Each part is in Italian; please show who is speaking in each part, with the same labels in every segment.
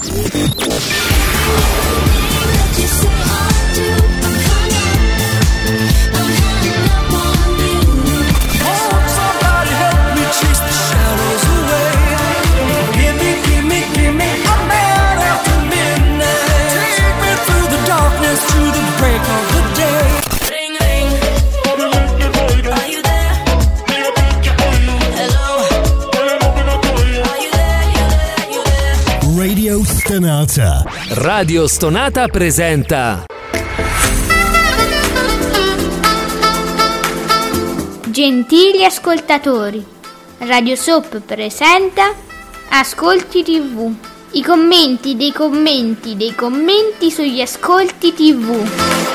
Speaker 1: Radio Stonata presenta
Speaker 2: Gentili ascoltatori, Radio Soap presenta Ascolti TV. I commenti dei commenti dei commenti sugli ascolti TV.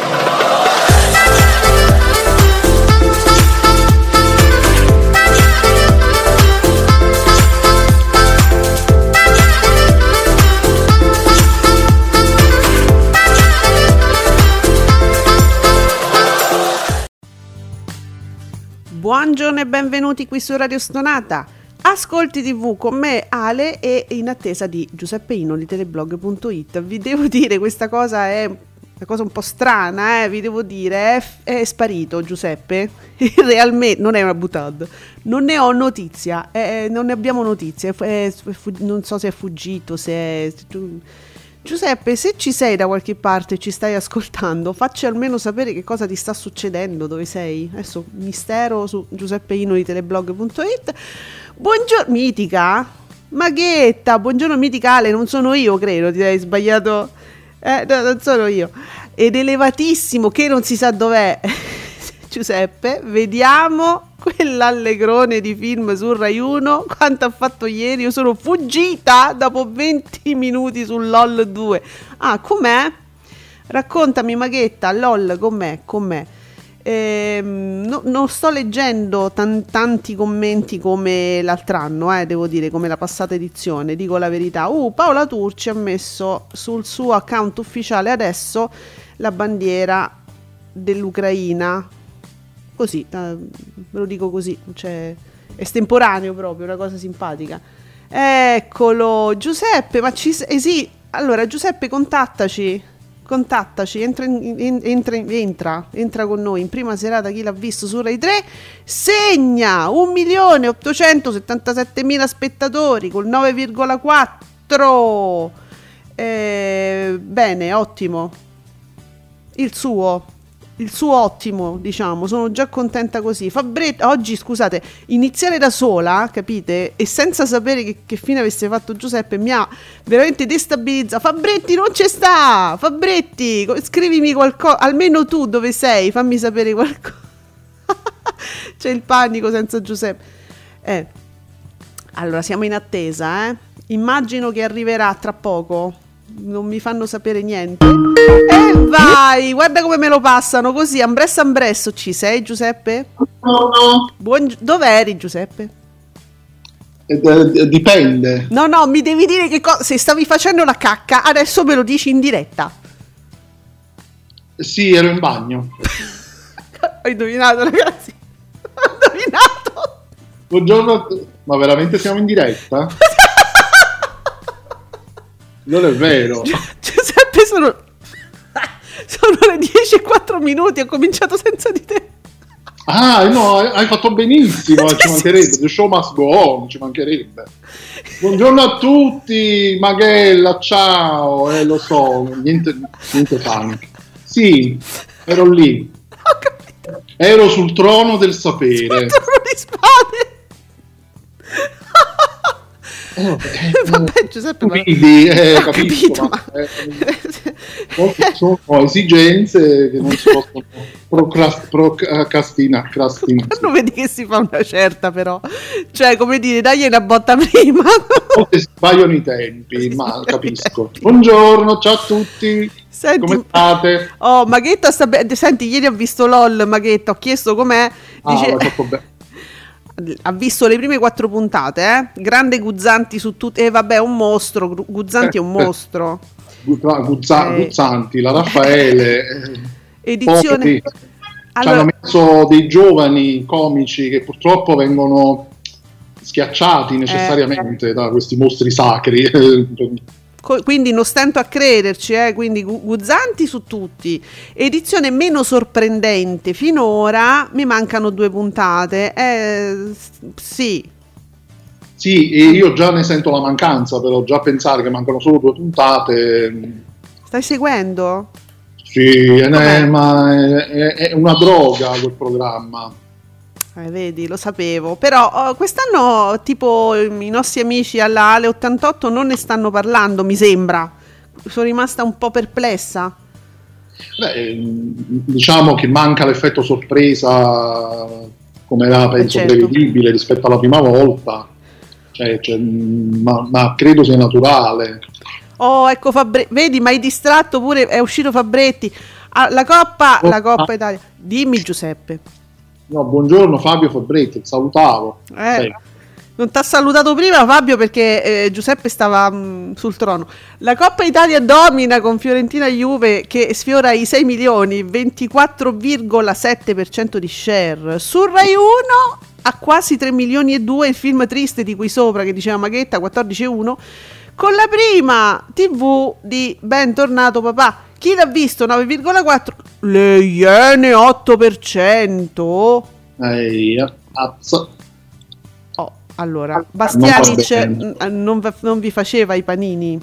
Speaker 3: Buongiorno e benvenuti qui su Radio Stonata. Ascolti TV con me Ale e in attesa di Giuseppe Ino di teleblog.it. Vi devo dire, questa cosa è una cosa un po' strana, vi devo dire, è sparito Giuseppe. Realmente non è una buttata, non ne ho notizia, non ne abbiamo notizie, non so se è fuggito, se è... Giuseppe, se ci sei da qualche parte e ci stai ascoltando, facci almeno sapere che cosa ti sta succedendo, dove sei. Adesso mistero su Giuseppe Ino di teleblog.it. Buongiorno mitica, Maghetta, buongiorno mitica Ale, non sono io, credo, ti hai sbagliato. No, non sono io. Ed elevatissimo che non si sa dov'è. Giuseppe, vediamo quell'allegrone di film su Rai 1, quanto ha fatto ieri. Io sono fuggita dopo 20 minuti su LOL 2. Ah, com'è? Raccontami Maghetta, LOL, com'è? Non sto leggendo tanti commenti come l'altro anno, devo dire, come la passata edizione, dico la verità. Paola Turci ha messo sul suo account ufficiale adesso la bandiera dell'Ucraina. Così, ve lo dico così, cioè estemporaneo proprio, una cosa simpatica. Eccolo, Giuseppe, ma sì, allora Giuseppe contattaci, entra con noi in prima serata. Chi l'ha visto su Rai 3 segna 1.877.000 spettatori col 9,4. Bene, ottimo. Il suo ottimo, diciamo, sono già contenta così. Fabretti, oggi scusate, iniziare da sola, capite? E senza sapere che fine avesse fatto Giuseppe mi ha veramente destabilizzato. Fabretti non c'è sta! Fabretti, scrivimi qualcosa, almeno tu dove sei, fammi sapere qualcosa. C'è il panico senza Giuseppe. Allora siamo in attesa, immagino che arriverà tra poco. Non mi fanno sapere niente. Vai, guarda come me lo passano così, ambresso. Ci sei Giuseppe?
Speaker 4: No.
Speaker 3: Dove eri Giuseppe?
Speaker 4: Dipende.
Speaker 3: No, mi devi dire che se stavi facendo la cacca, adesso me lo dici in diretta.
Speaker 4: Sì, ero in bagno.
Speaker 3: Ho indovinato, ragazzi. Ho indovinato.
Speaker 4: Buongiorno, ma veramente siamo in diretta? Non è vero.
Speaker 3: Giuseppe, sono le 10:04, ho cominciato senza di te.
Speaker 4: Ah, no, hai fatto benissimo, ci mancherebbe. The show must go on, ci mancherebbe. Buongiorno a tutti, Maghella, ciao, lo so, niente panico. Sì, ero lì.
Speaker 3: Ho capito.
Speaker 4: Ero sul trono del sapere.
Speaker 3: Sul trono di spade. Vabbè Giuseppe,
Speaker 4: quindi,
Speaker 3: capito, ma...
Speaker 4: sono esigenze che non si possono procrastinare.
Speaker 3: Quando vedi che si fa una certa, però, cioè, come dire, dagli una botta prima.
Speaker 4: Sbagliano i tempi, ma capisco. Buongiorno, ciao a tutti.
Speaker 3: Senti,
Speaker 4: come state?
Speaker 3: Oh, Maghetta sta bene. Senti, ieri ho visto LOL, Maghetta, ho chiesto com'è. Dice... ha visto le prime 4 puntate, Grande Guzzanti su tutte. Vabbè, è un mostro. Guzzanti è un mostro.
Speaker 4: Guzzanti, la Raffaele.
Speaker 3: Edizione.
Speaker 4: Ci hanno messo dei giovani comici che purtroppo vengono schiacciati necessariamente da questi mostri sacri.
Speaker 3: quindi non stento a crederci, quindi Guzzanti su tutti. Edizione meno sorprendente finora, mi mancano 2 puntate. Sì,
Speaker 4: e io già ne sento la mancanza, però già pensare che mancano solo 2 puntate.
Speaker 3: Stai seguendo?
Speaker 4: Sì, ma è una droga quel programma.
Speaker 3: Vedi, lo sapevo, però quest'anno tipo i nostri amici alla Ale 88 non ne stanno parlando, mi sembra. Sono rimasta un po' perplessa.
Speaker 4: Diciamo che manca l'effetto sorpresa, come era penso prevedibile rispetto alla prima volta, ma credo sia naturale.
Speaker 3: Oh, ecco vedi, ma hai distratto pure, è uscito Fabretti. La Coppa Italia. Dimmi Giuseppe.
Speaker 4: No, buongiorno Fabio Fabretti, salutavo.
Speaker 3: Non ti ha salutato prima Fabio perché Giuseppe stava sul trono. La Coppa Italia domina con Fiorentina Juve che sfiora i 6 milioni, 24,7% di share. Su Rai 1 a quasi 3 milioni e 2 il film triste di qui sopra che diceva Maghetta, 14,1. Con la prima TV di Bentornato papà. Chi l'ha visto? 9,4. Le Iene 8%. Allora, Bastianic non vi faceva i panini?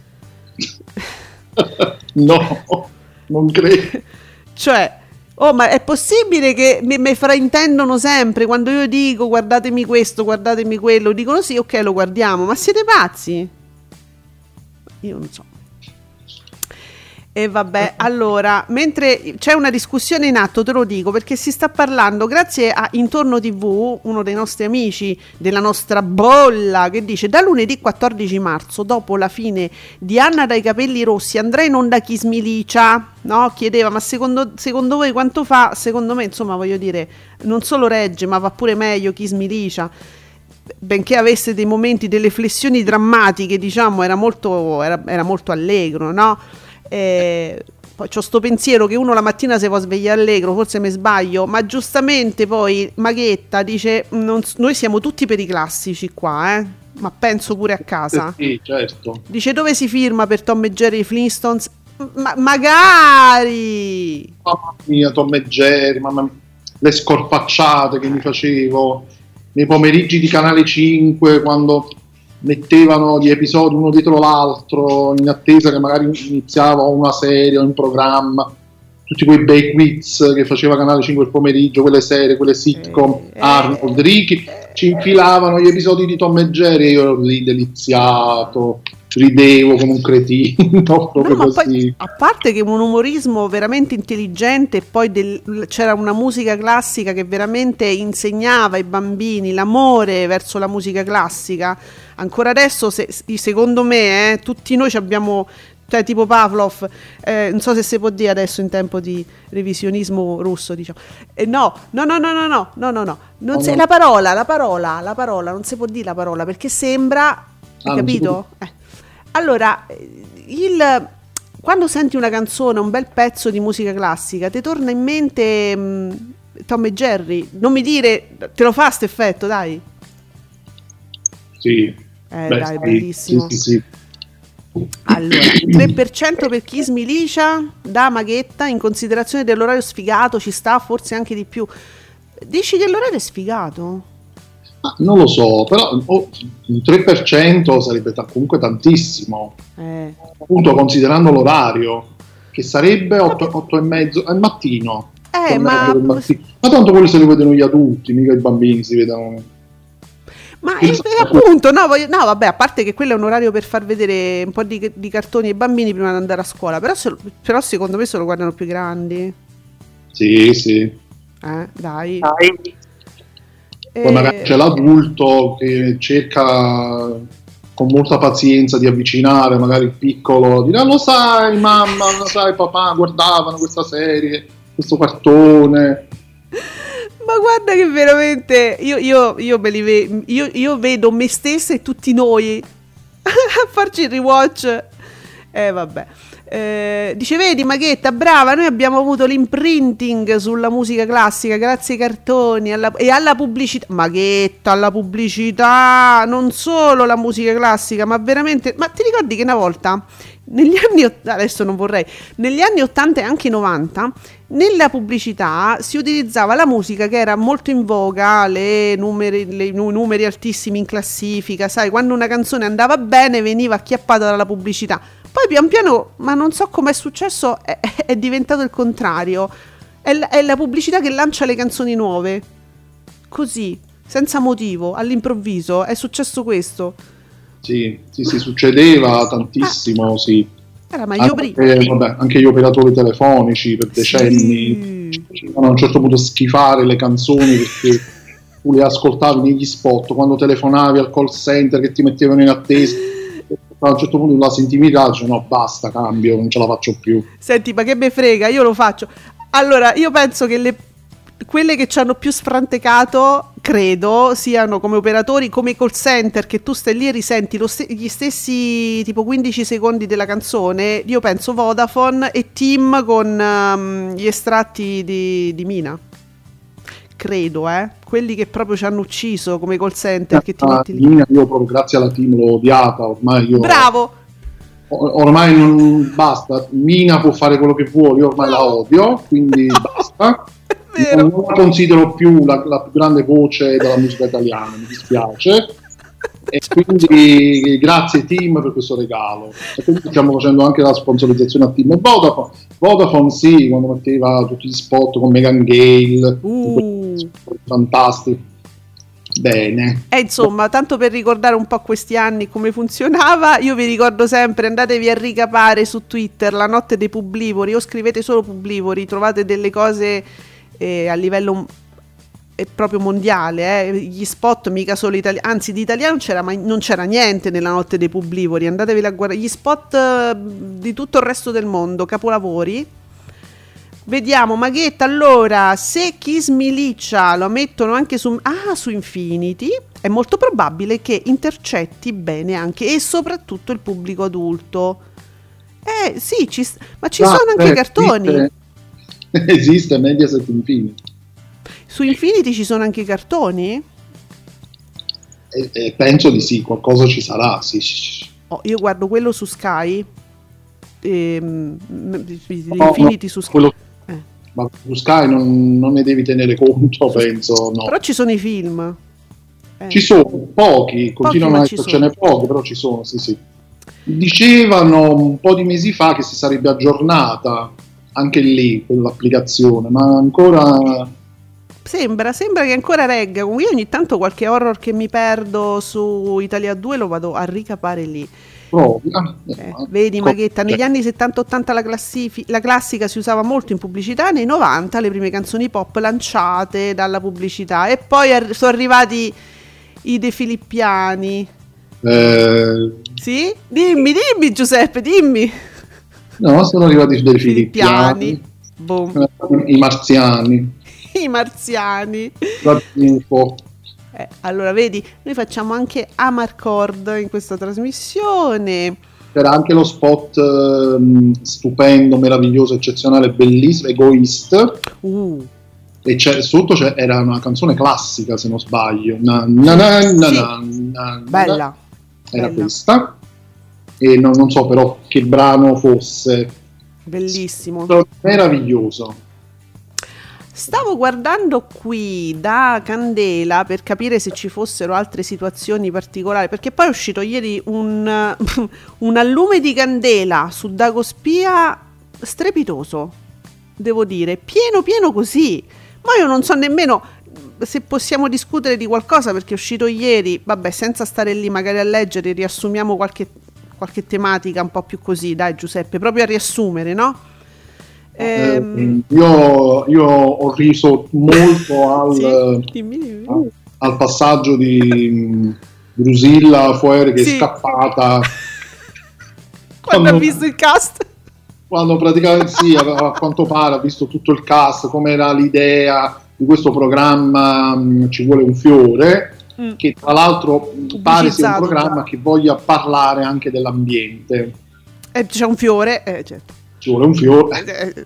Speaker 4: No, non credo.
Speaker 3: Cioè, ma è possibile che mi fraintendono sempre quando io dico guardatemi questo, guardatemi quello, dicono sì, ok, lo guardiamo, ma siete pazzi? Io non so. E vabbè, allora, mentre c'è una discussione in atto, te lo dico, perché si sta parlando, grazie a Intorno TV, uno dei nostri amici della nostra bolla, che dice, da lunedì 14 marzo, dopo la fine di Anna dai capelli rossi, andrà in onda Kiss Milicia, no? Chiedeva, ma secondo voi quanto fa? Secondo me, insomma, voglio dire, non solo regge, ma va pure meglio Kiss Milicia. Benché avesse dei momenti, delle flessioni drammatiche, diciamo, era molto allegro, no? Poi c'ho sto pensiero che uno la mattina si può svegliare allegro, forse mi sbaglio, ma giustamente poi Maghetta dice noi siamo tutti per i classici qua, ma penso pure a casa.
Speaker 4: Sì, certo.
Speaker 3: Dice dove si firma per Tom e Jerry Flintstones? Magari!
Speaker 4: Mamma mia, Tom e Jerry, mamma mia, le scorpacciate che mi facevo nei pomeriggi di Canale 5 quando mettevano gli episodi uno dietro l'altro in attesa che magari iniziava una serie o un programma, tutti quei bei quiz che faceva Canale 5 il pomeriggio, quelle serie, quelle sitcom, Arnold, Ricky, ci infilavano gli episodi di Tom e Jerry e io ero lì deliziato, ridevo come un cretino, proprio
Speaker 3: no,
Speaker 4: così.
Speaker 3: Poi, a parte che un umorismo veramente intelligente, e poi c'era una musica classica che veramente insegnava ai bambini l'amore verso la musica classica. Ancora adesso, secondo me, tutti noi abbiamo, cioè tipo Pavlov, non so se si può dire adesso in tempo di revisionismo russo, diciamo. No, non la parola, non si può dire la parola perché sembra, hai capito? Allora, quando senti una canzone, un bel pezzo di musica classica, ti torna in mente Tom e Jerry. Non mi dire, te lo fa sto effetto, dai.
Speaker 4: Sì.
Speaker 3: Dai, sì, bellissimo.
Speaker 4: Sì.
Speaker 3: Allora, 3% per Kiss Milicia da Maghetta, in considerazione dell'orario sfigato, ci sta forse anche di più. Dici che l'orario è sfigato?
Speaker 4: Non lo so, però un 3% sarebbe comunque tantissimo, appunto considerando l'orario, che sarebbe 8:30 al mattino. Ma tanto quelli se li vedono gli adulti, mica i bambini si vedono.
Speaker 3: Ma appunto, vabbè, a parte che quello è un orario per far vedere un po' di cartoni ai bambini prima di andare a scuola, però secondo me se lo guardano più grandi.
Speaker 4: Sì.
Speaker 3: Dai.
Speaker 4: Poi magari c'è l'adulto che cerca con molta pazienza di avvicinare magari il piccolo, dire lo sai mamma, lo sai papà, guardavano questa serie, questo cartone.
Speaker 3: Ma guarda che veramente io vedo me stessa e tutti noi a farci il rewatch Vabbè. Dice, vedi Maghetta, brava, noi abbiamo avuto l'imprinting sulla musica classica grazie ai cartoni e alla pubblicità. Maghetta, alla pubblicità, non solo la musica classica, ma veramente. Ma ti ricordi che una volta, negli anni adesso non vorrei, negli anni 80 e anche 90, nella pubblicità si utilizzava la musica che era molto in voga, i numeri altissimi in classifica, sai, quando una canzone andava bene veniva acchiappata dalla pubblicità. Poi pian piano, ma non so come è successo, è diventato il contrario. È la pubblicità che lancia le canzoni nuove. Così, senza motivo, all'improvviso, è successo questo.
Speaker 4: Sì, succedeva tantissimo, sì.
Speaker 3: Era meglio
Speaker 4: prima. Anche gli operatori telefonici per decenni a un certo punto schifare le canzoni perché tu le ascoltavi negli spot, quando telefonavi al call center che ti mettevano in attesa. A un certo punto la sentivi no, basta, cambio, non ce la faccio più.
Speaker 3: Senti, ma che me frega, io lo faccio. Allora, io penso che quelle che ci hanno più sfrantecato, credo, siano come operatori, come call center, che tu stai lì e risenti gli stessi tipo 15 secondi della canzone. Io penso Vodafone e TIM con gli estratti di Mina. Credo, quelli che proprio ci hanno ucciso come call center, che ti metti lì.
Speaker 4: Mina, io proprio grazie alla team l'ho odiata, ormai io.
Speaker 3: Bravo!
Speaker 4: Ormai non basta, Mina può fare quello che vuole, io ormai la odio, quindi basta. Non la considero più la più grande voce della musica italiana, mi dispiace. E quindi grazie team per questo regalo. E quindi stiamo facendo anche la sponsorizzazione a team. E Vodafone sì, quando metteva tutti gli spot con Meghan Gale, fantastico. Bene.
Speaker 3: E insomma, tanto per ricordare un po' questi anni come funzionava, io vi ricordo sempre, andatevi a ricapare su Twitter la notte dei Publivori, o scrivete solo Publivori, trovate delle cose a livello proprio mondiale, gli spot mica solo italiani, anzi di italiano non c'era niente nella notte dei Publivori, andatevi a guardare gli spot di tutto il resto del mondo, capolavori. Vediamo, Maghetta, allora, se Kiss Me Liccia lo mettono anche su Infinity, è molto probabile che intercetti bene anche e soprattutto il pubblico adulto. Sì, ma ci sono anche i cartoni.
Speaker 4: Esiste Mediaset Infinity.
Speaker 3: Su Infinity ci sono anche i cartoni?
Speaker 4: Penso di sì, qualcosa ci sarà, sì.
Speaker 3: Io guardo quello su Sky, Infinity su Sky.
Speaker 4: Ma su Sky non ne devi tenere conto, penso, no.
Speaker 3: Però ci sono i film.
Speaker 4: Ci sono, pochi, continuano a essercene pochi, però ci sono, sì. Dicevano un po' di mesi fa che si sarebbe aggiornata anche lì quell'applicazione, ma ancora
Speaker 3: sembra che ancora regga. Io ogni tanto qualche horror che mi perdo su Italia 2 lo vado a ricapare lì. Vedi Maghetta, negli anni 70-80 la classica si usava molto in pubblicità, nei 90 le prime canzoni pop lanciate dalla pubblicità, e poi sono arrivati i De Filippiani. Sì? Dimmi Giuseppe, dimmi.
Speaker 4: No, sono arrivati i De Filippiani.
Speaker 3: Boom.
Speaker 4: I marziani.
Speaker 3: Allora vedi, noi facciamo anche Amarcord in questa trasmissione.
Speaker 4: C'era anche lo spot stupendo, meraviglioso, eccezionale, bellissimo, Egoist. E sotto era una canzone classica, se non sbaglio.
Speaker 3: Bella.
Speaker 4: Era questa. E non so però che brano fosse.
Speaker 3: Bellissimo.
Speaker 4: Meraviglioso.
Speaker 3: Stavo guardando qui da Candela per capire se ci fossero altre situazioni particolari, perché poi è uscito ieri un allume di candela su Dagospia strepitoso, devo dire, pieno così, ma io non so nemmeno se possiamo discutere di qualcosa perché è uscito ieri, vabbè, senza stare lì magari a leggere, riassumiamo qualche tematica un po' più così, dai Giuseppe, proprio a riassumere, no?
Speaker 4: Io ho riso molto al passaggio di Drusilla Fuori che è scappata
Speaker 3: quando ha visto il cast,
Speaker 4: quando praticamente a quanto pare ha visto tutto il cast, come era l'idea di questo programma Ci vuole un fiore, che tra l'altro pare sia un programma che voglia parlare anche dell'ambiente.
Speaker 3: C'è un fiore, certo.
Speaker 4: Ci vuole un fiore.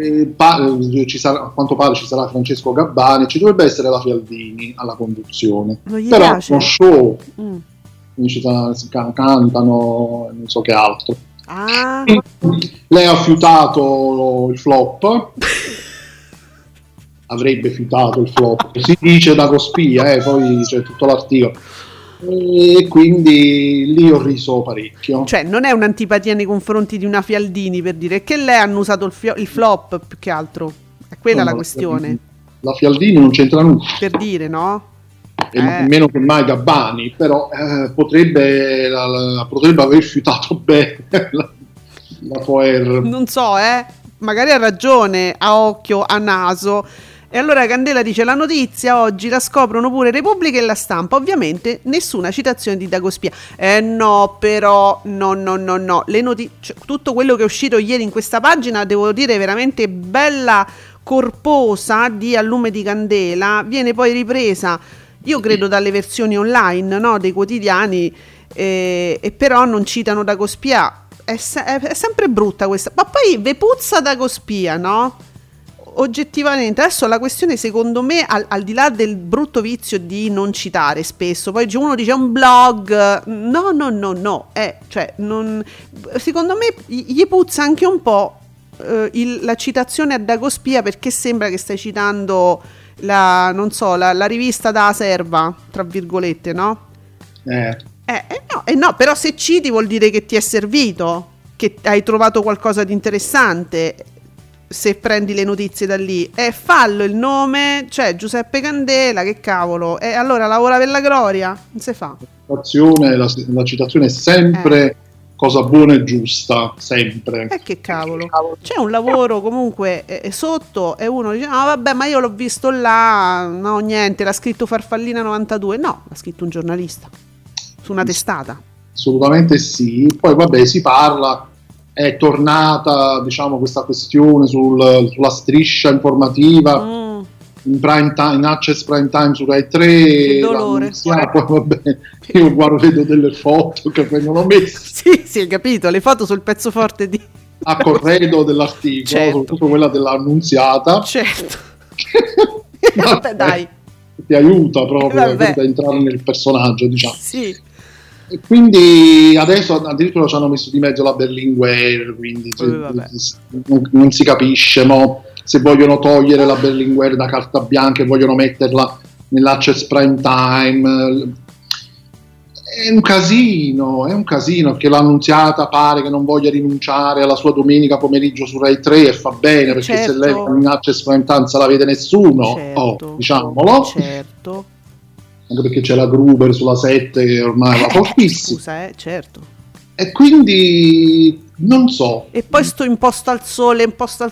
Speaker 4: A quanto pare ci sarà Francesco Gabbani, ci dovrebbe essere la Fialdini alla conduzione.
Speaker 3: Non gli
Speaker 4: Però
Speaker 3: piace?
Speaker 4: uno show, quindi cantano, non so che altro.
Speaker 3: Ah.
Speaker 4: Lei ha fiutato il flop. Avrebbe fiutato il flop, si dice da Cospia, poi c'è tutto l'articolo. E quindi lì ho riso parecchio.
Speaker 3: Cioè non è un'antipatia nei confronti di una Fialdini, per dire che lei hanno usato il flop più che altro, è quella la questione.
Speaker 4: La Fialdini non c'entra nulla,
Speaker 3: per dire, no?
Speaker 4: E meno che mai Gabbani, però potrebbe aver fiutato bene la Foer.
Speaker 3: Non so, magari ha ragione, a occhio, a naso. E allora Candela dice: la notizia oggi la scoprono pure Repubblica e La Stampa. Ovviamente nessuna citazione di Dagospia. No, però no. Le notizie, tutto quello che è uscito ieri in questa pagina, devo dire veramente bella, corposa, di A Lume di Candela, viene poi ripresa, io credo, dalle versioni online, no, dei quotidiani, e però non citano Dagospia. È sempre brutta questa, ma poi ve puzza Dagospia, no? Oggettivamente adesso la questione, secondo me, al di là del brutto vizio di non citare spesso, poi uno dice un blog, no, cioè secondo me gli puzza anche un po' la citazione a Dagospia, perché sembra che stai citando la rivista da serva, tra virgolette, no? No, però se citi vuol dire che ti è servito, che hai trovato qualcosa di interessante. Se prendi le notizie da lì, fallo il nome, cioè Giuseppe Candela, che cavolo, allora lavora per la gloria, non si fa.
Speaker 4: La citazione è sempre cosa buona e giusta, sempre.
Speaker 3: Che cavolo, c'è un lavoro comunque sotto, e uno dice: no vabbè, ma io l'ho visto là, no niente, l'ha scritto Farfallina 92, no, l'ha scritto un giornalista su una testata.
Speaker 4: Assolutamente sì. Poi vabbè, si parla, è tornata, diciamo, questa questione sulla striscia informativa in prime time, in access prime time su Rai 3.
Speaker 3: Che dolore.
Speaker 4: Poi vabbè, io vedo delle foto che vengono messe.
Speaker 3: Sì, hai capito, le foto sul pezzo forte di
Speaker 4: a corredo dell'articolo,
Speaker 3: certo.
Speaker 4: soprattutto quella dell'Annunziata.
Speaker 3: Certo. Vabbè, dai.
Speaker 4: Ti aiuta proprio a entrare nel personaggio, diciamo.
Speaker 3: Sì.
Speaker 4: E quindi adesso addirittura ci hanno messo di mezzo la Berlinguer, quindi non si capisce, mo, se vogliono togliere la Berlinguer da carta bianca e vogliono metterla nell'access prime time. È un casino che l'Annunziata pare che non voglia rinunciare alla sua domenica pomeriggio su Rai 3, e fa bene, perché se lei va in access prime time se la vede nessuno, diciamolo.
Speaker 3: Certo.
Speaker 4: Anche perché c'è la Gruber sulla 7 che ormai va fortissimo.
Speaker 3: Scusa, certo.
Speaker 4: E quindi non so. E
Speaker 3: poi sto imposto al sole, basta.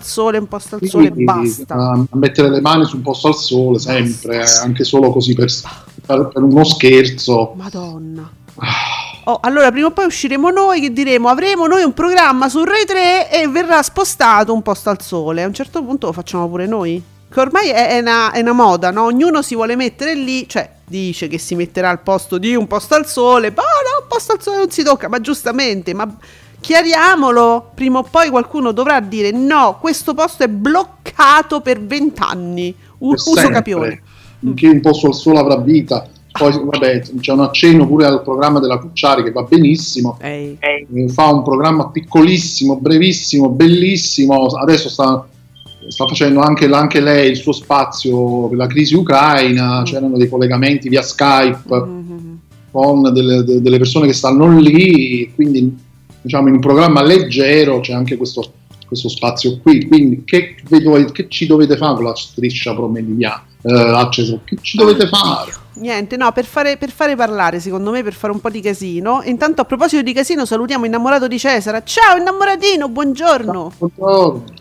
Speaker 4: A mettere le mani su un posto al sole sempre, anche solo così per uno scherzo.
Speaker 3: Madonna. Allora prima o poi usciremo noi che diremo: avremo noi un programma su Rai 3 e verrà spostato un posto al sole. A un certo punto lo facciamo pure noi. Che ormai è una moda, no? Ognuno si vuole mettere lì, cioè dice che si metterà al posto di un posto al sole, ma no, un posto al sole non si tocca, ma giustamente, ma chiariamolo, prima o poi qualcuno dovrà dire: no, questo posto è bloccato per 20 anni, uso capione.
Speaker 4: Che un posto al sole avrà vita. Poi vabbè, c'è un accenno pure al programma della Cucciari che va benissimo, fa un programma piccolissimo, brevissimo, bellissimo, adesso sta facendo anche lei il suo spazio per la crisi ucraina, c'erano dei collegamenti via Skype con delle persone che stanno lì, quindi diciamo in un programma leggero c'è anche questo spazio qui, quindi che ci dovete fare con la striscia promediana? Che ci dovete fare?
Speaker 3: Niente, no, per fare parlare, secondo me, per fare un po' di casino. Intanto, a proposito di casino, salutiamo Innamorato di Cesara. Ciao innamoratino, buongiorno.
Speaker 4: Buongiorno.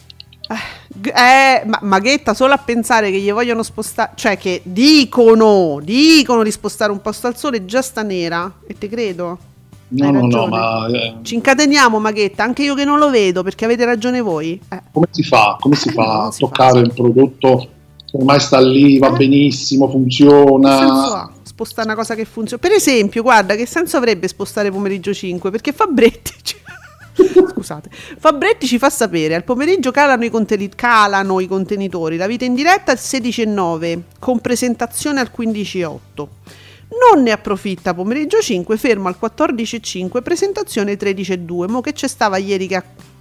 Speaker 3: Maghetta, solo a pensare che gli vogliono spostare, cioè che dicono di spostare un posto al sole, già sta nera, e te credo.
Speaker 4: No, ma
Speaker 3: ci incateniamo, Maghetta, anche io che non lo vedo, perché avete ragione voi.
Speaker 4: Come si fa a toccare il prodotto che ormai sta lì, va benissimo, funziona?
Speaker 3: Spostare una cosa che funziona. Per esempio, guarda, che senso avrebbe spostare pomeriggio 5? Perché fa bretti. Scusate. Fabretti ci fa sapere: al pomeriggio calano i contenitori. La vita in diretta al 16,9 con presentazione al 15,8. Non ne approfitta pomeriggio 5, fermo al 14,5, presentazione 13,2. Mo che c'è stava ieri che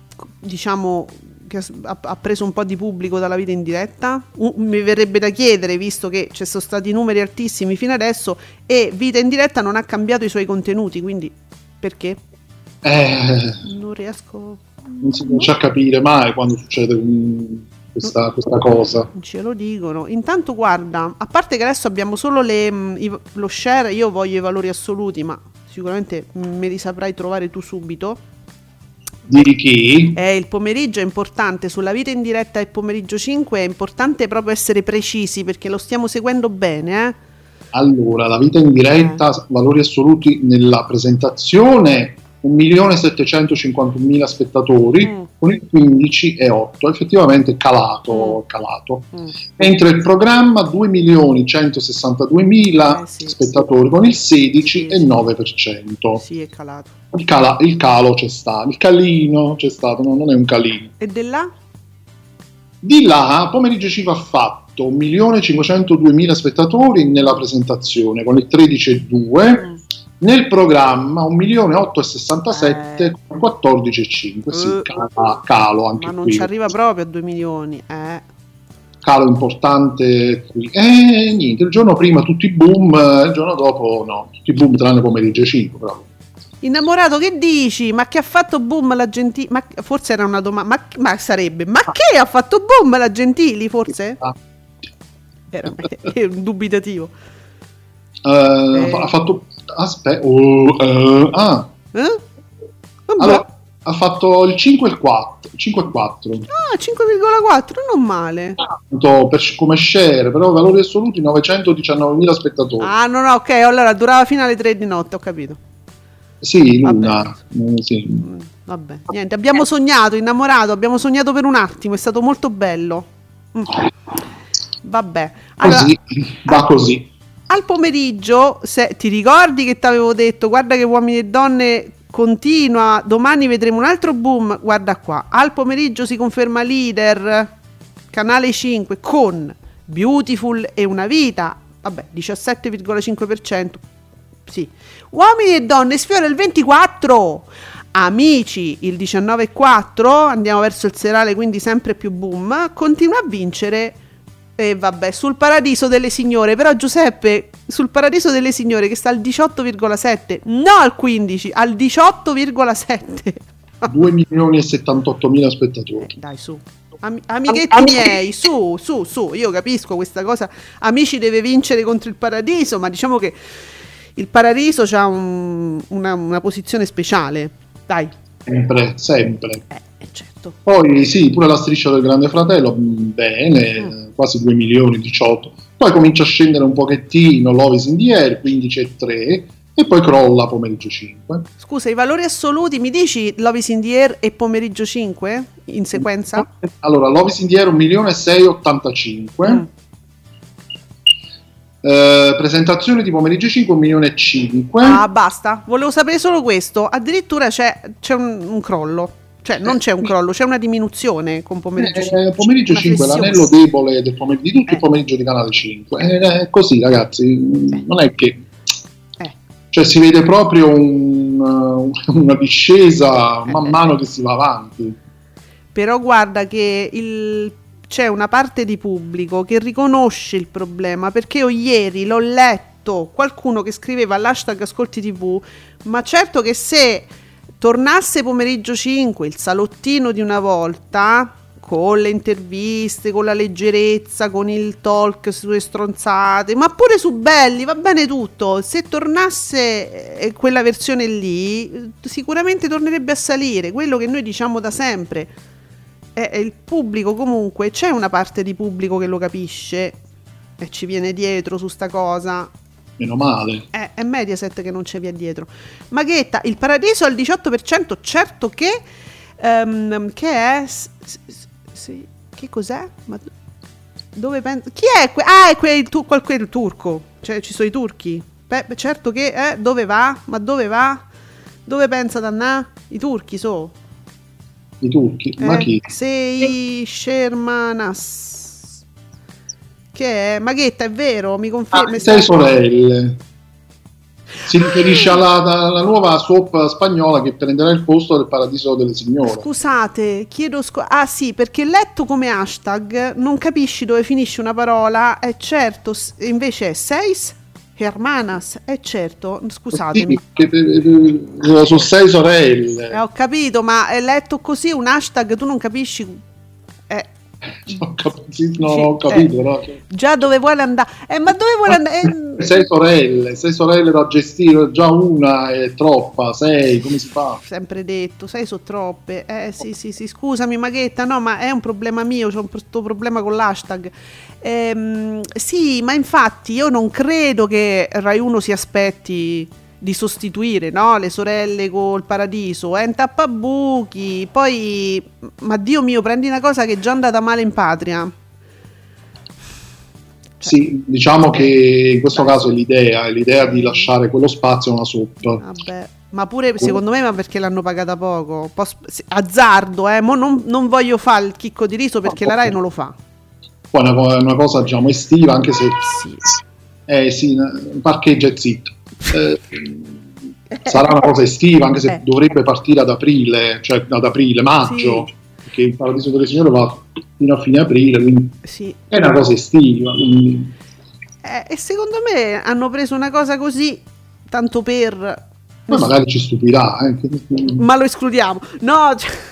Speaker 3: ha preso un po' di pubblico dalla vita in diretta? Mi verrebbe da chiedere, visto che ci sono stati numeri altissimi fino adesso e vita in diretta non ha cambiato i suoi contenuti, quindi perché? Non riesco,
Speaker 4: non si riesce a capire mai quando succede questa cosa.
Speaker 3: Non ce lo dicono. Intanto guarda, a parte che adesso abbiamo solo lo share, io voglio i valori assoluti, ma sicuramente me li saprai trovare tu subito.
Speaker 4: Di chi?
Speaker 3: Il pomeriggio è importante, sulla vita in diretta e pomeriggio 5 è importante proprio essere precisi perché lo stiamo seguendo bene.
Speaker 4: Allora, la vita in diretta, valori assoluti nella presentazione 1.751.000 spettatori con il 15,8, effettivamente è calato. Mentre il programma 2.162.000 spettatori con il 16,9%.
Speaker 3: Sì, è calato.
Speaker 4: Il calo c'è stato, il calino c'è stato, non è un calino.
Speaker 3: E di là?
Speaker 4: Di là, pomeriggio ci va fatto 1.502.000 spettatori nella presentazione con il 13,2%. Nel programma 1.867.000 con 14,5. Sì, calo anche
Speaker 3: ma non
Speaker 4: qui.
Speaker 3: ci arriva proprio a 2 milioni.
Speaker 4: Calo importante qui. Niente, il giorno prima tutti boom, il giorno dopo no. Tutti boom tranne pomeriggio 5 però.
Speaker 3: Innamorato, che dici? Ma che ha fatto boom la Gentili? Ma forse era una domanda. Ma sarebbe. Ma che ha fatto boom la Gentili? Forse? Era un dubitativo.
Speaker 4: Ha fatto. Aspetta. Allora, ha fatto il 5,4. 5,4.
Speaker 3: Ah, 5,4, non male.
Speaker 4: Come share, però valori assoluti 919.000 spettatori.
Speaker 3: Ah, no, ok, allora durava fino alle 3 di notte, ho capito.
Speaker 4: Sì, Luna. Sì.
Speaker 3: Vabbè, niente, abbiamo sognato, innamorato, abbiamo sognato per un attimo, è stato molto bello. Vabbè. Allora,
Speaker 4: così, va così.
Speaker 3: Al pomeriggio, se ti ricordi che ti avevo detto, guarda che Uomini e Donne continua, domani vedremo un altro boom, guarda qua. Al pomeriggio si conferma leader, canale 5 con Beautiful e una vita, vabbè, 17,5%. Sì. Uomini e Donne sfiora il 24%. Amici il 19,4%, andiamo verso il serale, quindi sempre più boom, continua a vincere. E vabbè, sul Paradiso delle Signore, però Giuseppe, sul Paradiso delle Signore che sta al 18,7, no al 15, al 18,7.
Speaker 4: 2.078.000 spettatori.
Speaker 3: Dai, su. Amichetti miei, su, io capisco questa cosa. Amici deve vincere contro il Paradiso, ma diciamo che il Paradiso ha una posizione speciale. Dai.
Speaker 4: Sempre.
Speaker 3: Certo.
Speaker 4: Poi sì, pure la striscia del Grande Fratello, bene, quasi 2.018.000. Poi comincia a scendere un pochettino Love is in the Air, 15,3, e poi crolla pomeriggio 5.
Speaker 3: Scusa, i valori assoluti mi dici Love is in the Air e pomeriggio 5 in sequenza?
Speaker 4: Allora, Love is in the Air 1.685.000. Presentazione di pomeriggio 5 1.500.000.
Speaker 3: Ah, basta, volevo sapere solo questo. Addirittura c'è un crollo. Cioè non c'è un crollo, c'è una diminuzione con pomeriggio 5.
Speaker 4: Pomeriggio 5 l'anello debole di tutto il pomeriggio di canale 5. È così, ragazzi, non è che cioè si vede proprio una discesa man mano che si va avanti.
Speaker 3: Però guarda che c'è una parte di pubblico che riconosce il problema, perché io ieri l'ho letto, qualcuno che scriveva l'hashtag Ascolti TV, ma certo che se tornasse pomeriggio 5, il salottino di una volta, con le interviste, con la leggerezza, con il talk sulle stronzate, ma pure su Belli, va bene tutto, se tornasse quella versione lì, sicuramente tornerebbe a salire, quello che noi diciamo da sempre. È il pubblico, comunque, c'è una parte di pubblico che lo capisce e ci viene dietro su sta cosa.
Speaker 4: Meno male.
Speaker 3: È Mediaset che non c'è via dietro. Maghetta, il Paradiso al 18%, certo che è sì, che cos'è? Ma dove penso? Chi è? È quel turco. Cioè ci sono i turchi. Certo che dove va? Ma dove va? Dove pensa d'annà? I turchi so.
Speaker 4: I turchi? Ma chi?
Speaker 2: Sei Shermanas. Che è? Maghetta, è vero? Mi confermi?
Speaker 4: Sei sorelle. Si riferisce alla nuova soap spagnola che prenderà il posto del Paradiso delle Signore.
Speaker 2: Scusate, chiedo ah sì, perché letto come hashtag non capisci dove finisce una parola, è certo, invece è seis hermanas, è certo, scusatemi.
Speaker 4: Sì, sono 6 sorelle.
Speaker 2: Ho capito, ma è letto così un hashtag, tu non capisci.
Speaker 4: Ho capito, no?
Speaker 2: Già dove vuole andare? Ma dove vuole andare?
Speaker 4: 6 sorelle da gestire, già una è troppa, 6, come si fa?
Speaker 2: Sempre detto, 6 sono troppe. Sì, scusami Maghetta, no, ma è un problema mio, c'ho questo problema con l'hashtag. Sì, ma infatti io non credo che Rai 1 si aspetti di sostituire, no, le sorelle col Paradiso, è un tappabuchi. Poi, ma Dio mio, prendi una cosa che è già andata male in patria.
Speaker 4: Sì, diciamo che in questo caso è l'idea di lasciare quello spazio a una soap.
Speaker 2: Vabbè, ma pure secondo me, ma perché l'hanno pagata poco, azzardo, mo non voglio fare il chicco di riso perché la Rai non lo fa.
Speaker 4: Poi è una cosa, diciamo, estiva, anche se sì, parcheggia e zitto. Sarà una cosa estiva, anche se dovrebbe partire ad aprile, cioè ad aprile, maggio, sì, perché il Paradiso delle Signore va fino a fine aprile, quindi sì, è una cosa estiva. Quindi...
Speaker 2: e secondo me hanno preso una cosa così, tanto per...
Speaker 4: Ma magari ci stupirà.
Speaker 2: Ma lo escludiamo. No,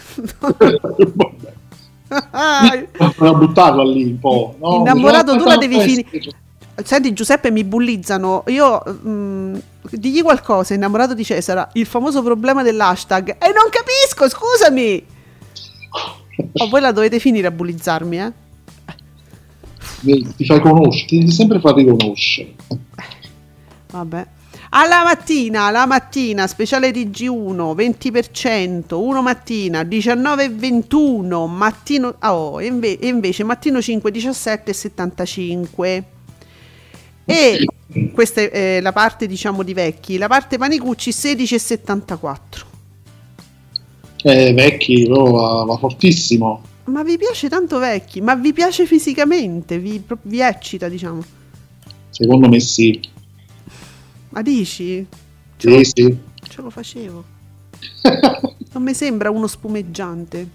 Speaker 4: a buttarla lì un po', no?
Speaker 2: Innamorato, tu la devi finire. Senti Giuseppe, mi bullizzano. Io digli qualcosa. Innamorato di Cesare, il famoso problema dell'hashtag. E non capisco, scusami. Voi la dovete finire a bullizzarmi,
Speaker 4: Ti fai conoscere, ti sempre far riconoscere.
Speaker 2: Vabbè. La mattina, speciale TG1, 20%, 1 mattina, 19,21, mattino, e invece mattino 5, 17,75. E questa è la parte, diciamo, di vecchi. La parte Panicucci 16,74.
Speaker 4: Vecchi, va fortissimo.
Speaker 2: Ma vi piace tanto Vecchi? Ma vi piace fisicamente? Vi eccita, diciamo?
Speaker 4: Secondo me sì.
Speaker 2: Ma dici?
Speaker 4: Sì.
Speaker 2: Ce lo facevo. Non mi sembra uno spumeggiante.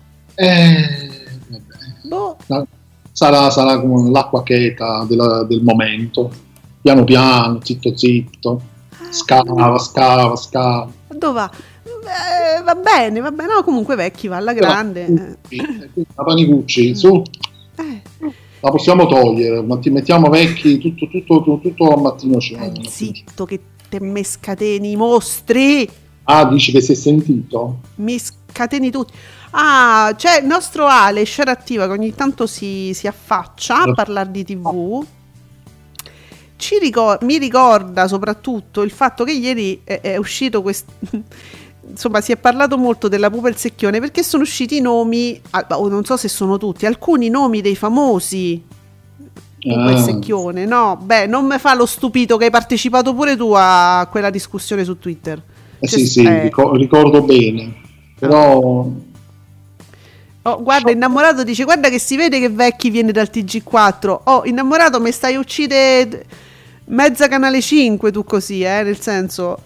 Speaker 4: Boh. Sarà come l'acqua cheta del momento. Piano piano, zitto. Scava.
Speaker 2: Dove va? Va bene, no, comunque Vecchi va alla grande.
Speaker 4: La Panicucci, su. La possiamo togliere, mettiamo Vecchi tutto al mattino.
Speaker 2: Zitto, che te me scateni i mostri.
Speaker 4: Dici che si è sentito?
Speaker 2: Mi scateni tutti. C'è il nostro Ale, Share Attiva, che ogni tanto si affaccia a parlare di TV. Mi ricorda soprattutto il fatto che ieri è uscito insomma, si è parlato molto della Pupa il Secchione, perché sono usciti i nomi, non so se sono tutti, alcuni nomi dei famosi Pupa il Secchione. No, non mi fa lo stupito che hai partecipato pure tu a quella discussione su Twitter.
Speaker 4: Sì, ricordo bene, però...
Speaker 2: guarda, Innamorato dice: guarda che si vede che Vecchi viene dal TG4. Innamorato, mi stai uccide mezza Canale 5 tu così, nel senso...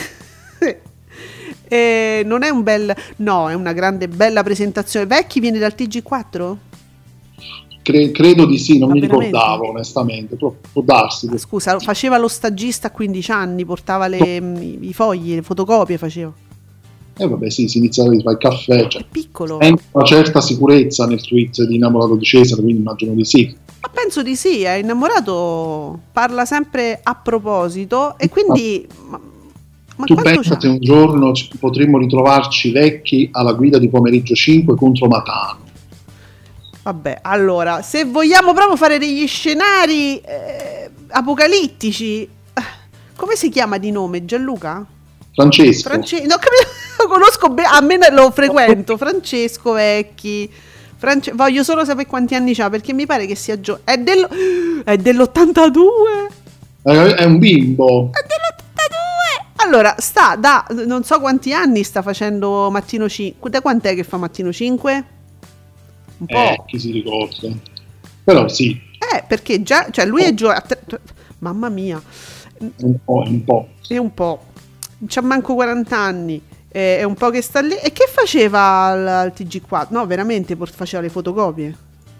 Speaker 2: non è un bel... No, è una grande bella presentazione. Vecchi viene dal TG4?
Speaker 4: Credo di sì, non mi ricordavo onestamente, può darsi.
Speaker 2: Scusa, faceva lo stagista a 15 anni, portava i fogli, le fotocopie faceva.
Speaker 4: Vabbè, sì, si iniziava a fare il caffè, cioè,
Speaker 2: è piccolo.
Speaker 4: È una certa sicurezza nel tweet di Innamorato di Cesare, quindi immagino di sì.
Speaker 2: Ma penso di sì, Innamorato parla sempre a proposito e quindi... Ma
Speaker 4: tu pensa che un giorno potremmo ritrovarci Vecchi alla guida di Pomeriggio 5 contro Matano?
Speaker 2: Vabbè, allora, se vogliamo proprio fare degli scenari apocalittici, come si chiama di nome? Gianluca?
Speaker 4: Francesco.
Speaker 2: No, lo conosco bene, a me lo frequento. Francesco Vecchi. Voglio solo sapere quanti anni c'ha, perché mi pare che sia è dell'82.
Speaker 4: È un bimbo.
Speaker 2: È dell'82. Allora, sta da non so quanti anni sta facendo Mattino 5. Da quant'è che fa Mattino 5? Un po'.
Speaker 4: Chi si ricorda? Però sì.
Speaker 2: Perché già, cioè lui è giovane. Mamma mia.
Speaker 4: Un po'.
Speaker 2: È un po'. C'ha manco 40 anni. È un po' che sta lì. E che faceva al TG4? No, veramente faceva le fotocopie.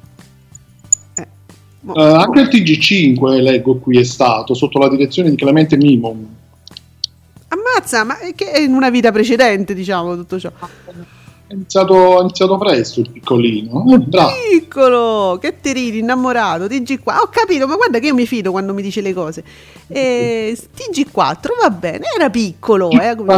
Speaker 4: Anche il TG5, leggo qui, è stato sotto la direzione di Clemente Mimo.
Speaker 2: Ammazza, ma che è in una vita precedente, diciamo, tutto ciò.
Speaker 4: È iniziato presto il piccolino. Bravo.
Speaker 2: Piccolo, che ti ridi, innamorato, TG4. Ho capito, ma guarda che io mi fido quando mi dice le cose. TG4, va bene, era piccolo.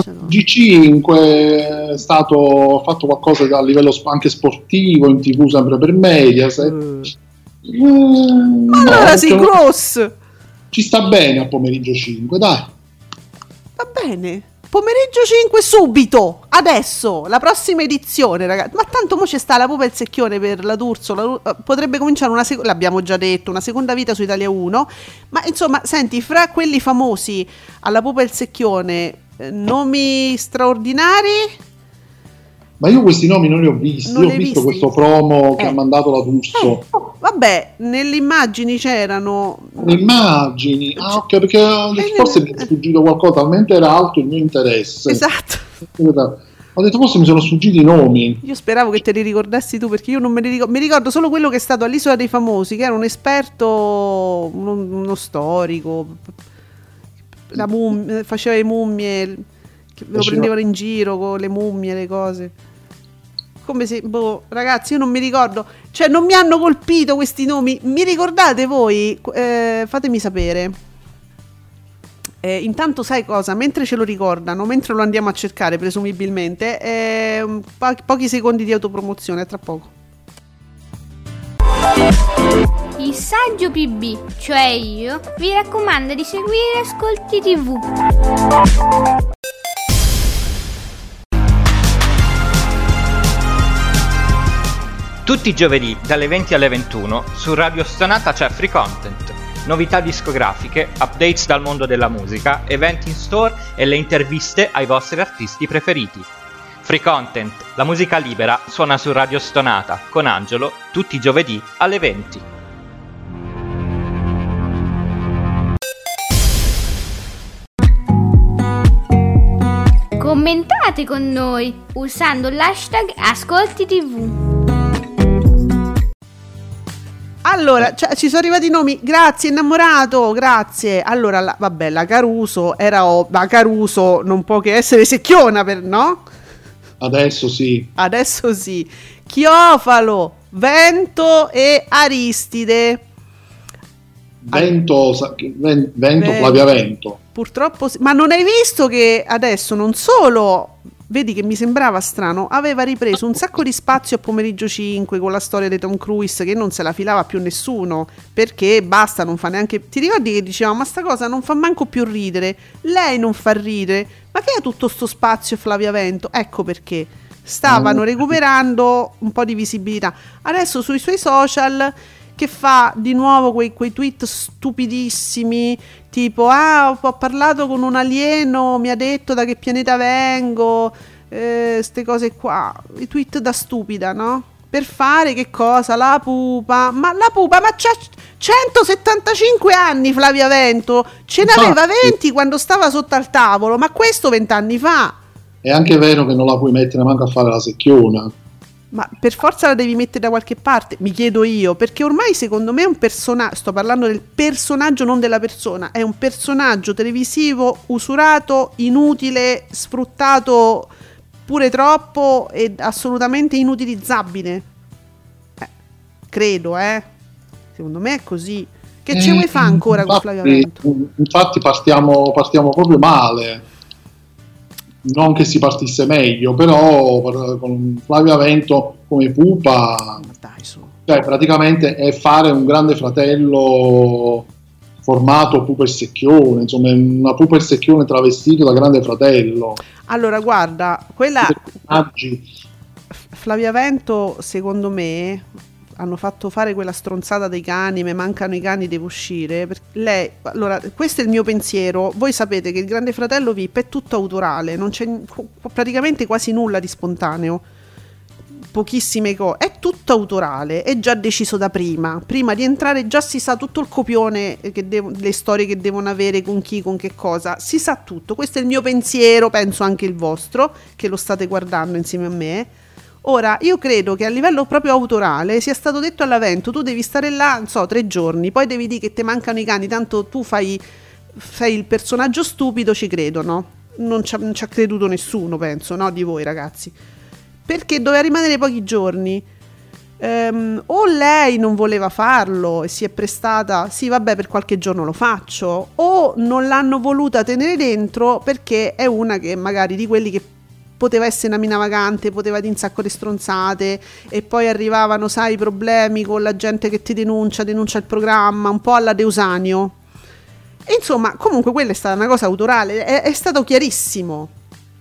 Speaker 4: TG5 è stato fatto qualcosa a livello anche sportivo, in TV sempre per Mediaset.
Speaker 2: Ma allora sei gross.
Speaker 4: Ci sta bene a pomeriggio 5, dai.
Speaker 2: Va bene. Pomeriggio 5 subito, adesso, la prossima edizione, ragazzi. Ma tanto mo c'è sta la Pupa e il Secchione per la D'Urso, potrebbe cominciare l'abbiamo già detto, una seconda vita su Italia 1. Ma insomma, senti, fra quelli famosi alla Pupa e il Secchione, nomi straordinari?
Speaker 4: Ma io questi nomi non li ho visti, ho visto questo promo che ha mandato la D'Urso.
Speaker 2: Vabbè, nelle immagini c'erano.
Speaker 4: Le immagini? Ok, perché forse mi è sfuggito qualcosa, talmente era alto il mio interesse.
Speaker 2: Esatto.
Speaker 4: Ho detto forse mi sono sfuggiti i nomi.
Speaker 2: Io speravo che te li ricordassi tu, perché io non me li ricordo. Mi ricordo solo quello che è stato all'Isola dei Famosi, che era un esperto, uno storico, faceva le mummie, lo prendevano in giro con le mummie, le cose. Come se, ragazzi, io non mi ricordo, cioè non mi hanno colpito questi nomi. Mi ricordate voi? Fatemi sapere. Intanto sai cosa? Mentre ce lo ricordano, mentre lo andiamo a cercare presumibilmente, pochi secondi di autopromozione, tra poco.
Speaker 5: Il saggio PB, cioè io, vi raccomando di seguire Ascolti TV.
Speaker 6: Tutti i giovedì dalle 20 alle 21 su Radio Stonata c'è Free Content, novità discografiche, updates dal mondo della musica, eventi in store e le interviste ai vostri artisti preferiti. Free Content, la musica libera, suona su Radio Stonata con Angelo tutti i giovedì alle 20.
Speaker 5: Commentate con noi usando l'hashtag Ascolti TV.
Speaker 2: Allora, ci sono arrivati i nomi. Grazie, innamorato, grazie. Allora, la Caruso era la Caruso non può che essere Secchiona, no?
Speaker 4: Adesso sì.
Speaker 2: Chiofalo, Vento e Aristide.
Speaker 4: Vento, Flavia Vento.
Speaker 2: Purtroppo sì. Ma non hai visto che adesso non solo... Vedi che mi sembrava strano, aveva ripreso un sacco di spazio a pomeriggio 5 con la storia di Tom Cruise che non se la filava più nessuno, perché basta, non fa neanche... Ti ricordi che dicevamo, ma sta cosa non fa manco più ridere, lei non fa ridere, ma che ha tutto sto spazio Flavia Vento? Ecco perché stavano recuperando un po' di visibilità. Adesso sui suoi social che fa di nuovo quei tweet stupidissimi, tipo ho parlato con un alieno, mi ha detto da che pianeta vengo, ste cose qua, i tweet da stupida, no? Per fare che cosa? La pupa, ma c'ha 175 anni Flavia Vento, ce n'aveva 20 quando stava sotto al tavolo, ma questo 20 anni fa.
Speaker 4: È anche vero che non la puoi mettere manco a fare la secchiona.
Speaker 2: Ma per forza la devi mettere da qualche parte, mi chiedo io, perché ormai secondo me è un personaggio, sto parlando del personaggio, non della persona, è un personaggio televisivo usurato, inutile, sfruttato pure troppo e assolutamente inutilizzabile. Credo, secondo me è così. Che ce vuoi fare ancora con Flavia Vento?
Speaker 4: Infatti partiamo proprio male. Non che si partisse meglio, però con Flavia Vento come pupa, cioè praticamente è fare un Grande Fratello formato Pupa e Secchione, insomma una Pupa e Secchione travestito da Grande Fratello.
Speaker 2: Allora guarda, quella Flavia Vento secondo me hanno fatto fare quella stronzata dei cani, mi mancano i cani, devo uscire. Lei, allora, questo è il mio pensiero. Voi sapete che il Grande Fratello VIP è tutto autorale, non c'è praticamente quasi nulla di spontaneo, pochissime cose, è tutto autorale, è già deciso da prima di entrare, già si sa tutto il copione, le storie che devono avere, con chi, con che cosa, si sa tutto. Questo è il mio pensiero, penso anche il vostro, che lo state guardando insieme a me. Ora, io credo che a livello proprio autorale sia stato detto all'Avento: tu devi stare là, non so, 3 giorni, poi devi dire che ti mancano i cani, tanto tu fai il personaggio stupido, ci credo, no? Non ci ha creduto nessuno, penso, no, di voi ragazzi, perché doveva rimanere pochi giorni. O lei non voleva farlo e si è prestata, sì vabbè, per qualche giorno lo faccio, o non l'hanno voluta tenere dentro perché è una che magari di quelli che poteva essere una mina vagante, poteva dire un sacco di stronzate, e poi arrivavano, sai, i problemi con la gente che ti denuncia il programma, un po' alla Deusanio. E insomma, comunque quella è stata una cosa autorale, è stato chiarissimo.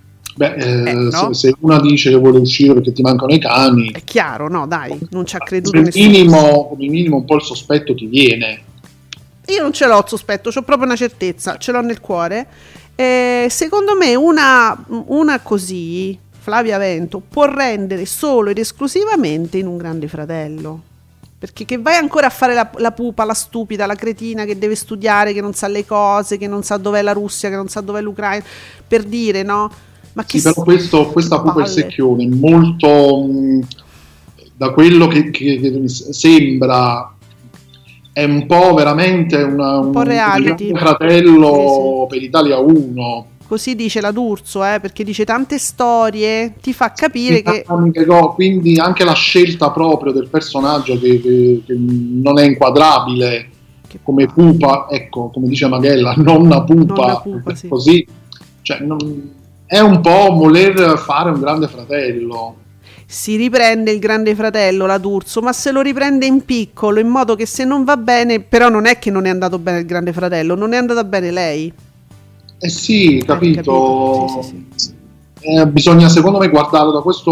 Speaker 4: No? Se una dice che vuole uscire perché ti mancano i cani,
Speaker 2: è chiaro, no, dai, non ci ha creduto nessuno.
Speaker 4: Come minimo un po' il sospetto ti viene.
Speaker 2: Io non ce l'ho il sospetto, c'ho proprio una certezza, ce l'ho nel cuore. Secondo me una così, Flavia Vento, può rendere solo ed esclusivamente in un Grande Fratello. Perché che vai ancora a fare la pupa, la stupida, la cretina che deve studiare, che non sa le cose, che non sa dov'è la Russia, che non sa dov'è l'Ucraina, per dire, no? Ma
Speaker 4: sì, però questa pupa il secchione è molto, da quello che sembra, è un po' veramente un po' reality, un Fratello, sì. Per Italia 1.
Speaker 2: Così dice la D'Urso, perché dice tante storie, ti fa capire che...
Speaker 4: Quindi anche la scelta proprio del personaggio che non è inquadrabile come pupa, ecco, come dice Maghella, nonna pupa, sì. Così, cioè, è un po' voler fare un Grande Fratello.
Speaker 2: Si riprende il Grande Fratello, la D'Urso, ma se lo riprende in piccolo, in modo che se non va bene, però non è che non è andato bene il Grande Fratello, non è andata bene lei.
Speaker 4: Sì, capito. Sì. Bisogna secondo me guardarlo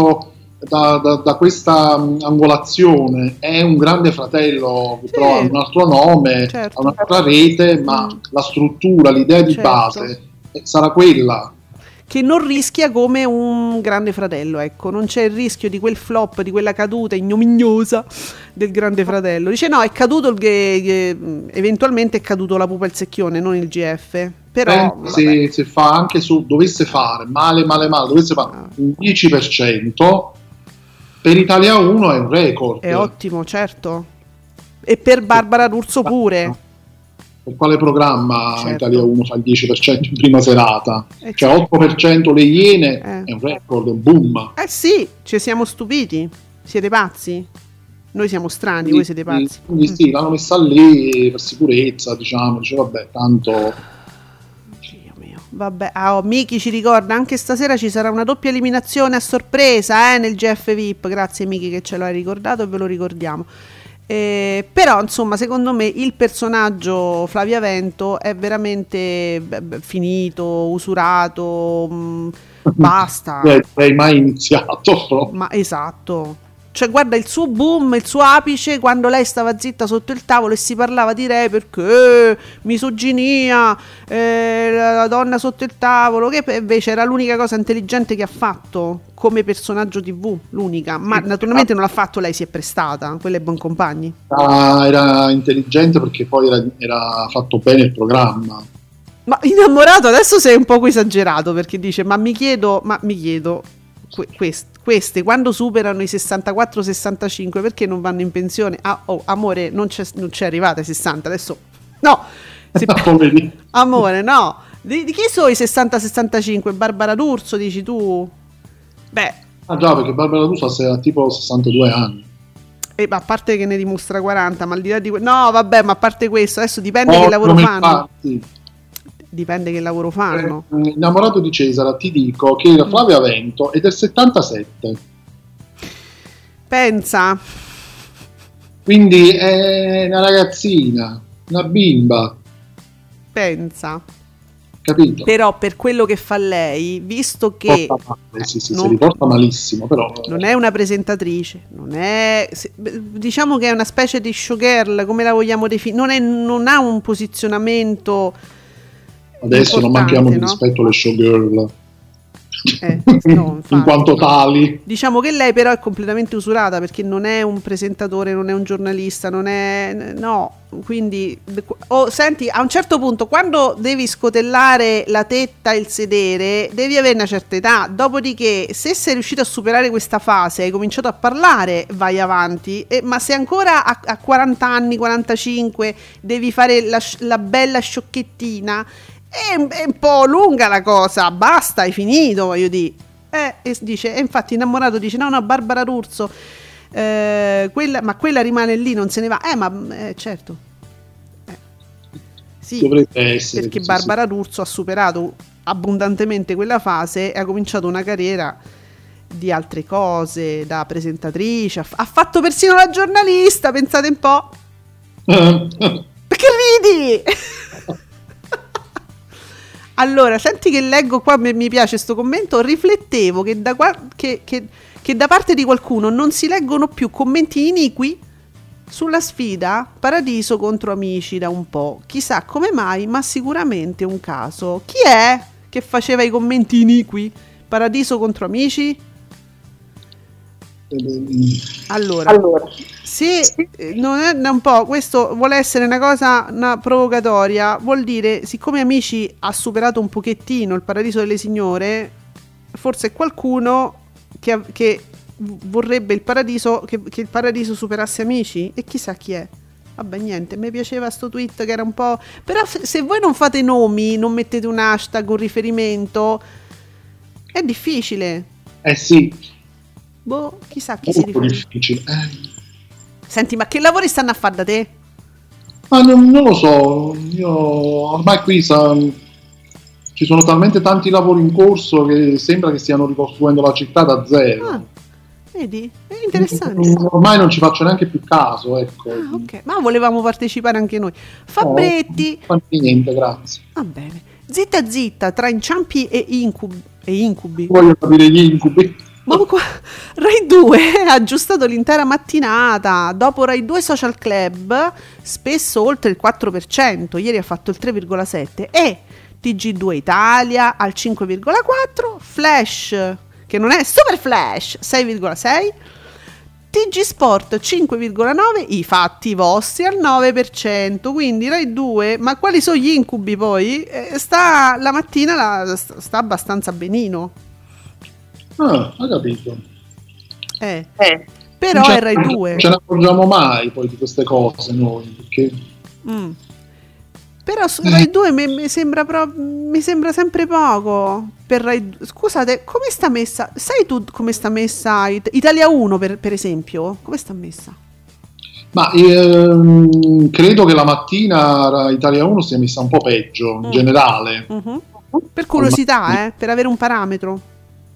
Speaker 4: da questa angolazione. È un Grande Fratello che però ha un altro nome, certo, ha un'altra rete, ma la struttura, l'idea di base sarà quella.
Speaker 2: Che non rischia come un Grande Fratello, ecco, non c'è il rischio di quel flop, di quella caduta ignominiosa del Grande Fratello. Dice no, è caduto eventualmente è caduto la pupa e il secchione, non il GF. Però
Speaker 4: se fa anche dovesse fare male, dovesse fare un 10%, per Italia 1 è un record.
Speaker 2: È ottimo, certo. E per Barbara D'Urso pure.
Speaker 4: Per quale programma Italia 1 fa il 10% in prima serata? Cioè 8% le Iene è un record, un boom.
Speaker 2: Sì, ci siamo stupiti. Siete pazzi? Noi siamo strani, voi siete pazzi.
Speaker 4: Quindi sì, l'hanno messa lì per sicurezza, diciamo. Dice vabbè, tanto...
Speaker 2: Vabbè, Miki ci ricorda, anche stasera ci sarà una doppia eliminazione a sorpresa nel GF VIP. Grazie Miki che ce l'hai ricordato e ve lo ricordiamo. Però insomma, secondo me il personaggio Flavia Vento è veramente finito, usurato, basta.
Speaker 4: Hai mai iniziato?
Speaker 2: Ma esatto. Cioè guarda il suo boom, il suo apice quando lei stava zitta sotto il tavolo e si parlava di re perché misoginia, la donna sotto il tavolo, che invece era l'unica cosa intelligente che ha fatto come personaggio TV, l'unica, ma naturalmente non l'ha fatto lei, si è prestata, quello è Buoncompagni.
Speaker 4: Era intelligente perché poi era fatto bene il programma.
Speaker 2: Ma innamorato adesso sei un poco esagerato, perché dice ma mi chiedo queste quando superano i 64-65 perché non vanno in pensione? Amore, non c'è arrivata ai 60 adesso, no. Amore, no, di chi sono i 60-65? Barbara D'Urso dici tu? Beh,
Speaker 4: già, perché Barbara D'Urso ha tipo 62 anni.
Speaker 2: Ma a parte che ne dimostra 40, ma al di là di no vabbè, ma a parte questo adesso dipende che lavoro fanno. Dipende che lavoro fanno.
Speaker 4: Innamorato di Cesara, ti dico che la Flavia Vento è del 77.
Speaker 2: Pensa.
Speaker 4: Quindi è una ragazzina, una bimba.
Speaker 2: Pensa.
Speaker 4: capito?
Speaker 2: Però per quello che fa lei, visto che
Speaker 4: si riporta malissimo, però
Speaker 2: non è una presentatrice, non è, diciamo che è una specie di showgirl, come la vogliamo definire, non ha un posizionamento
Speaker 4: adesso non manchiamo di rispetto alle showgirl.
Speaker 2: No, infatti,
Speaker 4: in quanto tali,
Speaker 2: diciamo che lei però è completamente usurata, perché non è un presentatore, non è un giornalista, non è, no, quindi senti, a un certo punto, quando devi scotellare la tetta e il sedere, devi avere una certa età, dopodiché se sei riuscito a superare questa fase, hai cominciato a parlare, vai avanti, ma se ancora a 40 anni, 45 devi fare la bella sciochettina, è un po' lunga la cosa, basta, hai finito, voglio dire. E dice, e infatti innamorato dice, no, Barbara D'Urso, quella rimane lì, non se ne va. Certo. Sì,
Speaker 4: dovrebbe essere
Speaker 2: perché
Speaker 4: così,
Speaker 2: Barbara D'Urso ha superato abbondantemente quella fase e ha cominciato una carriera di altre cose, da presentatrice, ha fatto persino la giornalista, pensate un po'. Perché ridi? Allora, senti che leggo qua, mi piace sto commento, riflettevo che da parte di qualcuno non si leggono più commenti iniqui sulla sfida Paradiso contro Amici da un po'. Chissà come mai, ma sicuramente un caso. Chi è che faceva i commenti iniqui? Paradiso contro Amici? Allora. Se non è un po', questo vuole essere una provocatoria, vuol dire, siccome Amici ha superato un pochettino il Paradiso delle Signore, forse qualcuno che vorrebbe il Paradiso, che il Paradiso superasse Amici, e chissà chi è. Vabbè, niente, mi piaceva sto tweet che era un po', però se voi non fate nomi, non mettete un hashtag, un riferimento, è difficile.
Speaker 4: Sì.
Speaker 2: Boh, chissà chi si riferisce.
Speaker 4: Difficile.
Speaker 2: Senti, ma che lavori stanno a fare da te?
Speaker 4: Ma non lo so, io ormai qui ci sono talmente tanti lavori in corso che sembra che stiano ricostruendo la città da zero.
Speaker 2: Vedi? È interessante.
Speaker 4: Ormai non ci faccio neanche più caso, ecco.
Speaker 2: Ok, ma volevamo partecipare anche noi. Fabretti.
Speaker 4: No, niente, grazie.
Speaker 2: Va bene. Zitta, tra inciampi e incubi.
Speaker 4: Voglio capire gli incubi.
Speaker 2: Ma Rai 2 ha aggiustato l'intera mattinata. Dopo Rai 2 Social Club, spesso oltre il 4%, ieri ha fatto il 3,7%, e TG2 Italia al 5,4%, Flash, che non è Super Flash, 6,6%, TG Sport 5,9%, i fatti vostri al 9%. Quindi Rai 2, ma quali sono gli incubi poi? La mattina sta abbastanza benino.
Speaker 4: Ho capito.
Speaker 2: Però è Rai 2. Non
Speaker 4: ce ne accorgiamo mai poi di queste cose noi, perché
Speaker 2: però su Rai 2 mi sembra sempre poco per Rai 2. Scusate, come sta messa? Sai tu come sta messa Italia 1 per esempio? Come sta messa?
Speaker 4: Ma credo che la mattina Italia 1 sia messa un po' peggio in generale.
Speaker 2: Per curiosità, per avere un parametro.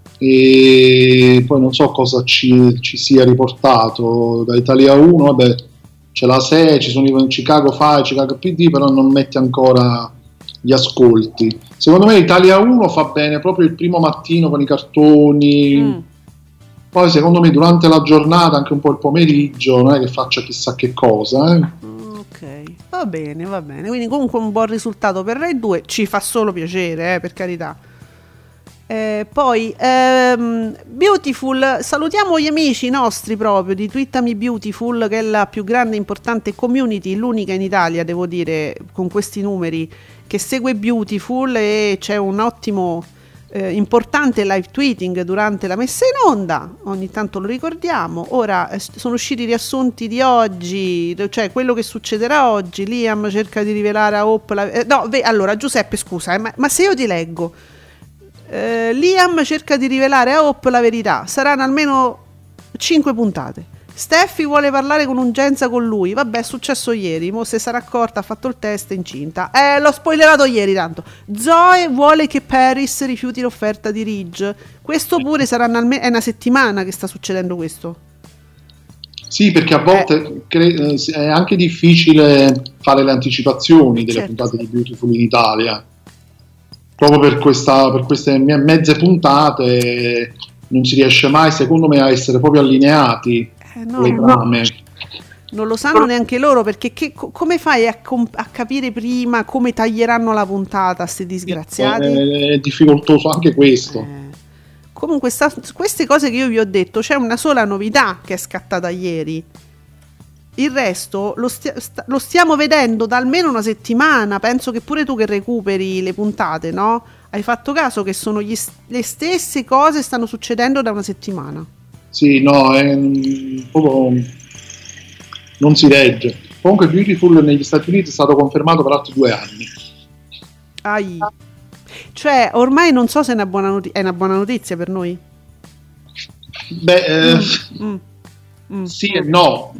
Speaker 4: E poi non so cosa ci sia riportato da Italia 1. Vabbè, c'è la 6, ci sono i Chicago Fire, Chicago PD, però non mette ancora gli ascolti. Secondo me Italia 1 fa bene proprio il primo mattino con i cartoni. Poi secondo me durante la giornata, anche un po' il pomeriggio, non è che faccia chissà che cosa.
Speaker 2: Ok, va bene. Quindi comunque un buon risultato per Rai 2, ci fa solo piacere, per carità. Poi Beautiful, salutiamo gli amici nostri proprio di Twittami Beautiful, che è la più grande e importante community, l'unica in Italia devo dire con questi numeri, che segue Beautiful, e c'è un ottimo importante live tweeting durante la messa in onda, ogni tanto lo ricordiamo. Ora sono usciti i riassunti di oggi, cioè quello che succederà oggi. Liam cerca di rivelare a Hope allora Giuseppe scusa, ma se io ti leggo Liam cerca di rivelare a Hope la verità, saranno almeno 5 puntate. Steffi vuole parlare con urgenza con lui, vabbè, è successo ieri, mo se sarà accorta, ha fatto il test, è incinta, l'ho spoilerato ieri tanto. Zoe vuole che Paris rifiuti l'offerta di Ridge, questo pure saranno almeno, è una settimana che sta succedendo questo.
Speaker 4: Sì, perché a volte è anche difficile fare le anticipazioni delle puntate di Beautiful in Italia. proprio per queste mezze puntate non si riesce mai, secondo me, a essere proprio allineati le trame.
Speaker 2: Non lo sanno neanche loro, perché come fai a capire prima come taglieranno la puntata, sti disgraziati?
Speaker 4: È difficoltoso anche questo.
Speaker 2: Comunque queste cose che io vi ho detto, c'è una sola novità che è scattata ieri. Il resto lo stiamo vedendo da almeno una settimana. Penso che pure tu che recuperi le puntate, no? Hai fatto caso che sono le stesse cose stanno succedendo da una settimana?
Speaker 4: Sì, no, è un po'... non si regge. Comunque Beautiful negli Stati Uniti è stato confermato per altri 2 anni.
Speaker 2: Cioè, ormai non so se è una buona notizia per noi.
Speaker 4: Sì e no,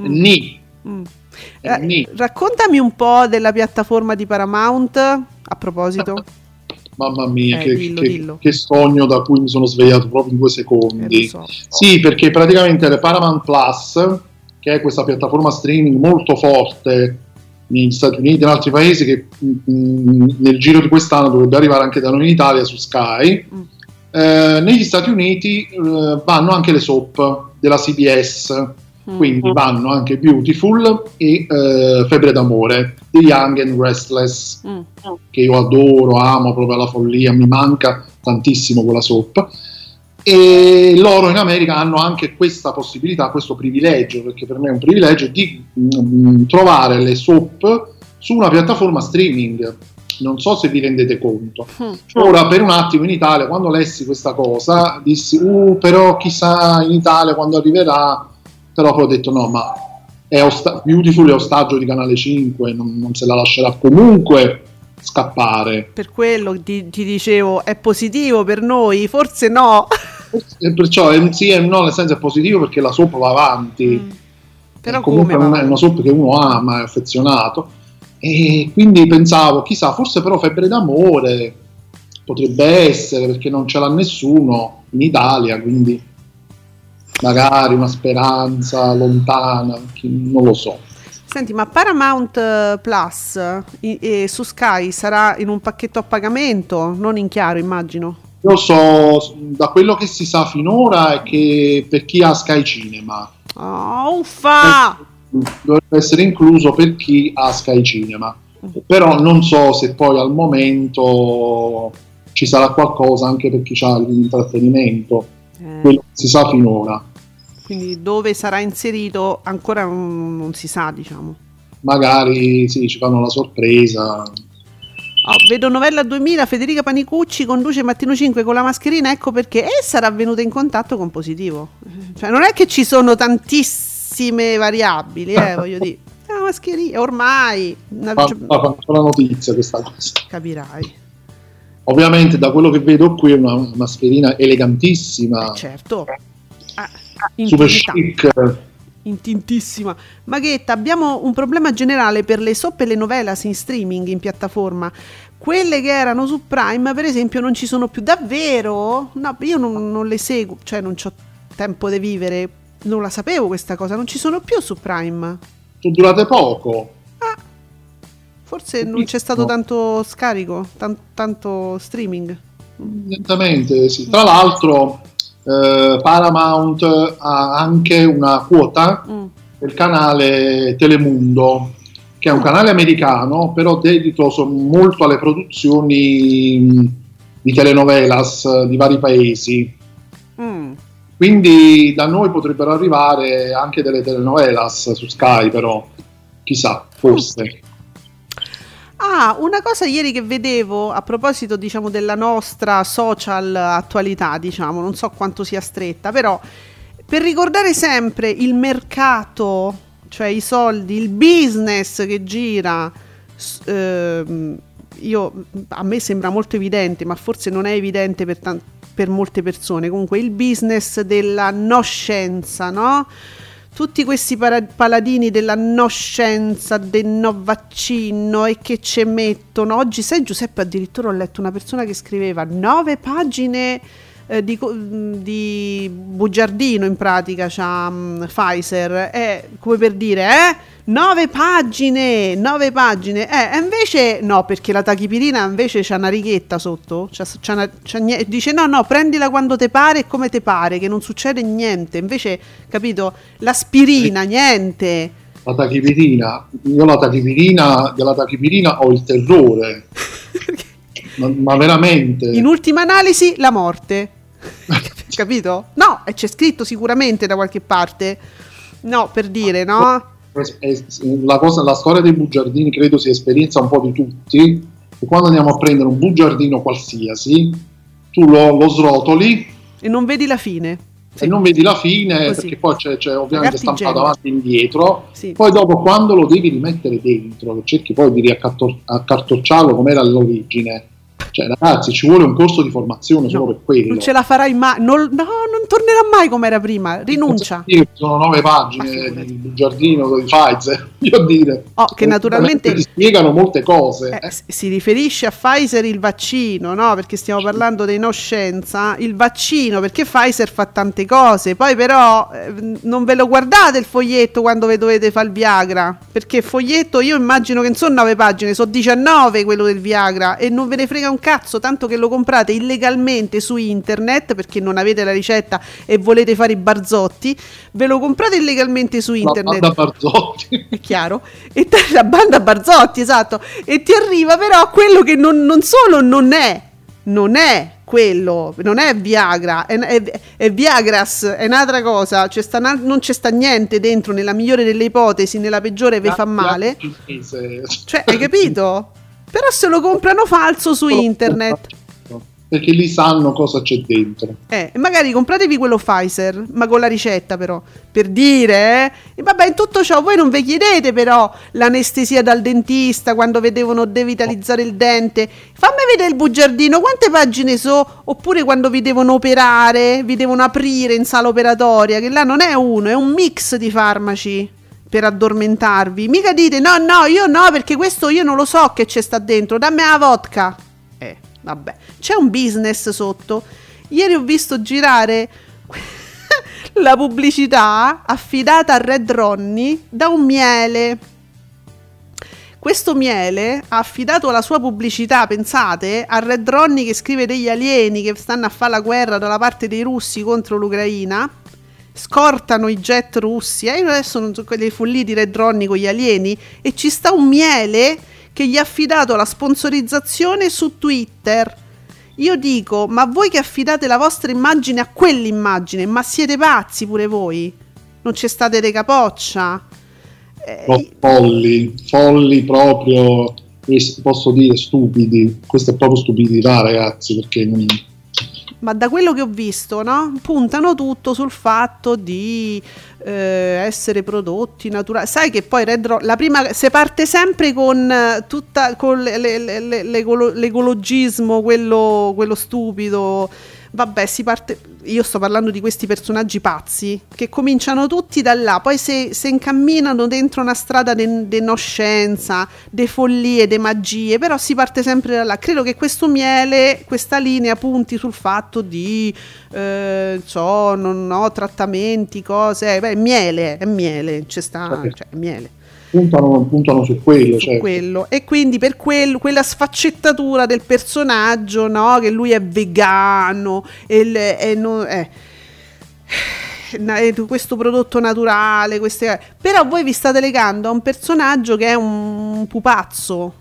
Speaker 2: raccontami un po' della piattaforma di Paramount, a proposito.
Speaker 4: Mamma mia,
Speaker 2: dillo.
Speaker 4: che sogno da cui mi sono svegliato proprio in 2 secondi.
Speaker 2: So.
Speaker 4: Sì, perché praticamente le Paramount Plus, che è questa piattaforma streaming molto forte negli Stati Uniti e in altri paesi, che nel giro di quest'anno dovrebbe arrivare anche da noi in Italia su Sky. Negli Stati Uniti vanno anche le soap della CBS, quindi vanno anche Beautiful e Febbre d'amore, The Young and Restless, che io adoro, amo proprio alla follia, mi manca tantissimo quella soap. E loro in America hanno anche questa possibilità, questo privilegio, perché per me è un privilegio, di trovare le soap su una piattaforma streaming. Non so se vi rendete conto. Ora, per un attimo in Italia, quando lessi questa cosa, dissi però chissà in Italia quando arriverà. Però poi ho detto no, ma Beautiful è ostaggio di Canale 5, non se la lascerà comunque scappare.
Speaker 2: Per quello ti dicevo, è positivo per noi, forse no.
Speaker 4: E perciò sì e no, nel senso è positivo perché la soap va avanti.
Speaker 2: Però
Speaker 4: comunque è una soap che uno ama, è affezionato. E quindi pensavo, chissà, forse però Febbre d'amore potrebbe essere, perché non ce l'ha nessuno in Italia, quindi magari una speranza lontana, non lo so.
Speaker 2: Senti, ma Paramount Plus su Sky sarà in un pacchetto a pagamento, non in chiaro, immagino?
Speaker 4: Io so, da quello che si sa finora, è che per chi ha Sky Cinema
Speaker 2: uffa!
Speaker 4: Dovrebbe essere incluso per chi ha Sky Cinema, però non so se poi al momento ci sarà qualcosa anche per chi ha l'intrattenimento, quello che si sa finora.
Speaker 2: Quindi dove sarà inserito ancora non si sa, diciamo.
Speaker 4: Magari sì, ci fanno la sorpresa.
Speaker 2: Vedo Novella 2000, Federica Panicucci conduce Mattino 5 con la mascherina, ecco perché sarà venuta in contatto con positivo. Cioè non è che ci sono tantissime variabili, voglio dire. La mascherina, ormai
Speaker 4: fa la notizia questa cosa.
Speaker 2: Capirai.
Speaker 4: Ovviamente da quello che vedo qui è una mascherina elegantissima.
Speaker 2: Certo.
Speaker 4: Super chic.
Speaker 2: Intintissima. Maghetta, abbiamo un problema generale per le soap e le novelas in streaming, in piattaforma. Quelle che erano su Prime, per esempio, non ci sono più. Davvero? No, io non le seguo, cioè non c'ho tempo di vivere. Non la sapevo questa cosa, non ci sono più su Prime.
Speaker 4: Sono durate poco.
Speaker 2: Forse non c'è stato tanto scarico, tanto streaming.
Speaker 4: Lentamente, sì. Tra l'altro Paramount ha anche una quota del canale Telemundo, che è un canale americano, però dedito molto alle produzioni di telenovelas di vari paesi. Quindi da noi potrebbero arrivare anche delle telenovelas su Sky, però chissà, forse.
Speaker 2: Una cosa ieri che vedevo a proposito, diciamo, della nostra social attualità, diciamo, non so quanto sia stretta, però per ricordare sempre il mercato, cioè i soldi, il business che gira, a me sembra molto evidente, ma forse non è evidente per molte persone. Comunque il business della no scienza, no? Tutti questi paladini della no scienza, del no vaccino e che ci mettono. Oggi, sai Giuseppe, addirittura ho letto una persona che scriveva 9 pagine di bugiardino in pratica c'ha Pfizer, è come per dire 9 pagine, invece no, perché la tachipirina invece c'ha una righetta sotto, dice no, prendila quando te pare e come te pare, che non succede niente, invece, capito, l'aspirina, niente.
Speaker 4: La tachipirina, io della tachipirina ho il terrore, ma veramente.
Speaker 2: In ultima analisi, la morte. Capito? No, e c'è scritto sicuramente da qualche parte. No, per dire, no?
Speaker 4: La storia dei bugiardini credo sia esperienza un po' di tutti, e quando andiamo a prendere un bugiardino qualsiasi, tu lo srotoli
Speaker 2: e non vedi la fine.
Speaker 4: Sì. E non vedi la fine, così. Perché poi c'è ovviamente stampato avanti e indietro, sì. Poi dopo quando lo devi rimettere dentro, cerchi poi di accartocciarlo come era all'origine. Cioè, ragazzi, ci vuole un corso di formazione solo per quello.
Speaker 2: Non ce la farai mai. Non tornerà mai come era prima. Rinuncia.
Speaker 4: Sono 9 pagine di bugiardino di Pfizer. Io dire.
Speaker 2: Che naturalmente
Speaker 4: ti spiegano molte cose.
Speaker 2: Si riferisce a Pfizer il vaccino, no? Perché stiamo parlando dei no scienza. Il vaccino, perché Pfizer fa tante cose. Poi però non ve lo guardate il foglietto quando vi dovete fare il Viagra. Perché il foglietto, io immagino che non sono 9 pagine, sono 19 quello del Viagra. E non ve ne frega un cazzo, tanto che lo comprate illegalmente su internet perché non avete la ricetta e volete fare i barzotti, ve lo comprate illegalmente su internet.
Speaker 4: La banda Barzotti.
Speaker 2: È chiaro? E la banda Barzotti, esatto. E ti arriva però quello che non solo non è quello, non è Viagra, è Viagras, è un'altra cosa, non c'è sta niente dentro, nella migliore delle ipotesi, nella peggiore vi fa male. Cioè, hai capito? Però se lo comprano falso su internet,
Speaker 4: perché lì sanno cosa c'è dentro.
Speaker 2: Magari compratevi quello Pfizer, ma con la ricetta però, per dire, e vabbè, in tutto ciò voi non vi chiedete però l'anestesia dal dentista quando devono devitalizzare il dente. Fammi vedere il bugiardino, quante pagine so? Oppure quando vi devono operare, vi devono aprire in sala operatoria, che là non è uno, è un mix di farmaci per addormentarvi. Mica dite no, io no, perché questo io non lo so che c'è sta dentro, dammi la vodka. Vabbè, c'è un business sotto. Ieri ho visto girare la pubblicità affidata a Red Ronnie da un miele. Questo miele ha affidato la sua pubblicità, pensate, a Red Ronnie che scrive degli alieni che stanno a fare la guerra dalla parte dei russi contro l'Ucraina. Scortano i jet russi, adesso non so quelle follie di Red Ronnie con gli alieni, e ci sta un miele che gli ha affidato la sponsorizzazione su Twitter. Io dico, ma voi che affidate la vostra immagine a quell'immagine, ma siete pazzi pure voi? Non c'è state de capoccia?
Speaker 4: Folli proprio, posso dire stupidi. Questa è proprio stupidità, ragazzi, perché non...
Speaker 2: Ma da quello che ho visto, no? Puntano tutto sul fatto di essere prodotti naturali. Sai che poi la prima si parte sempre con l'ecologismo, quello stupido. Vabbè, si parte. Io sto parlando di questi personaggi pazzi che cominciano tutti da là, poi se incamminano dentro una strada de no scienza, de follie, de magie, però si parte sempre da là. Credo che questo miele, questa linea punti sul fatto di non ho trattamenti, cose. È miele, c'è sta, cioè, è miele.
Speaker 4: Puntano su quello,
Speaker 2: quello. E quindi per quella sfaccettatura del personaggio, no? Che lui è vegano questo prodotto naturale, però voi vi state legando a un personaggio che è un pupazzo,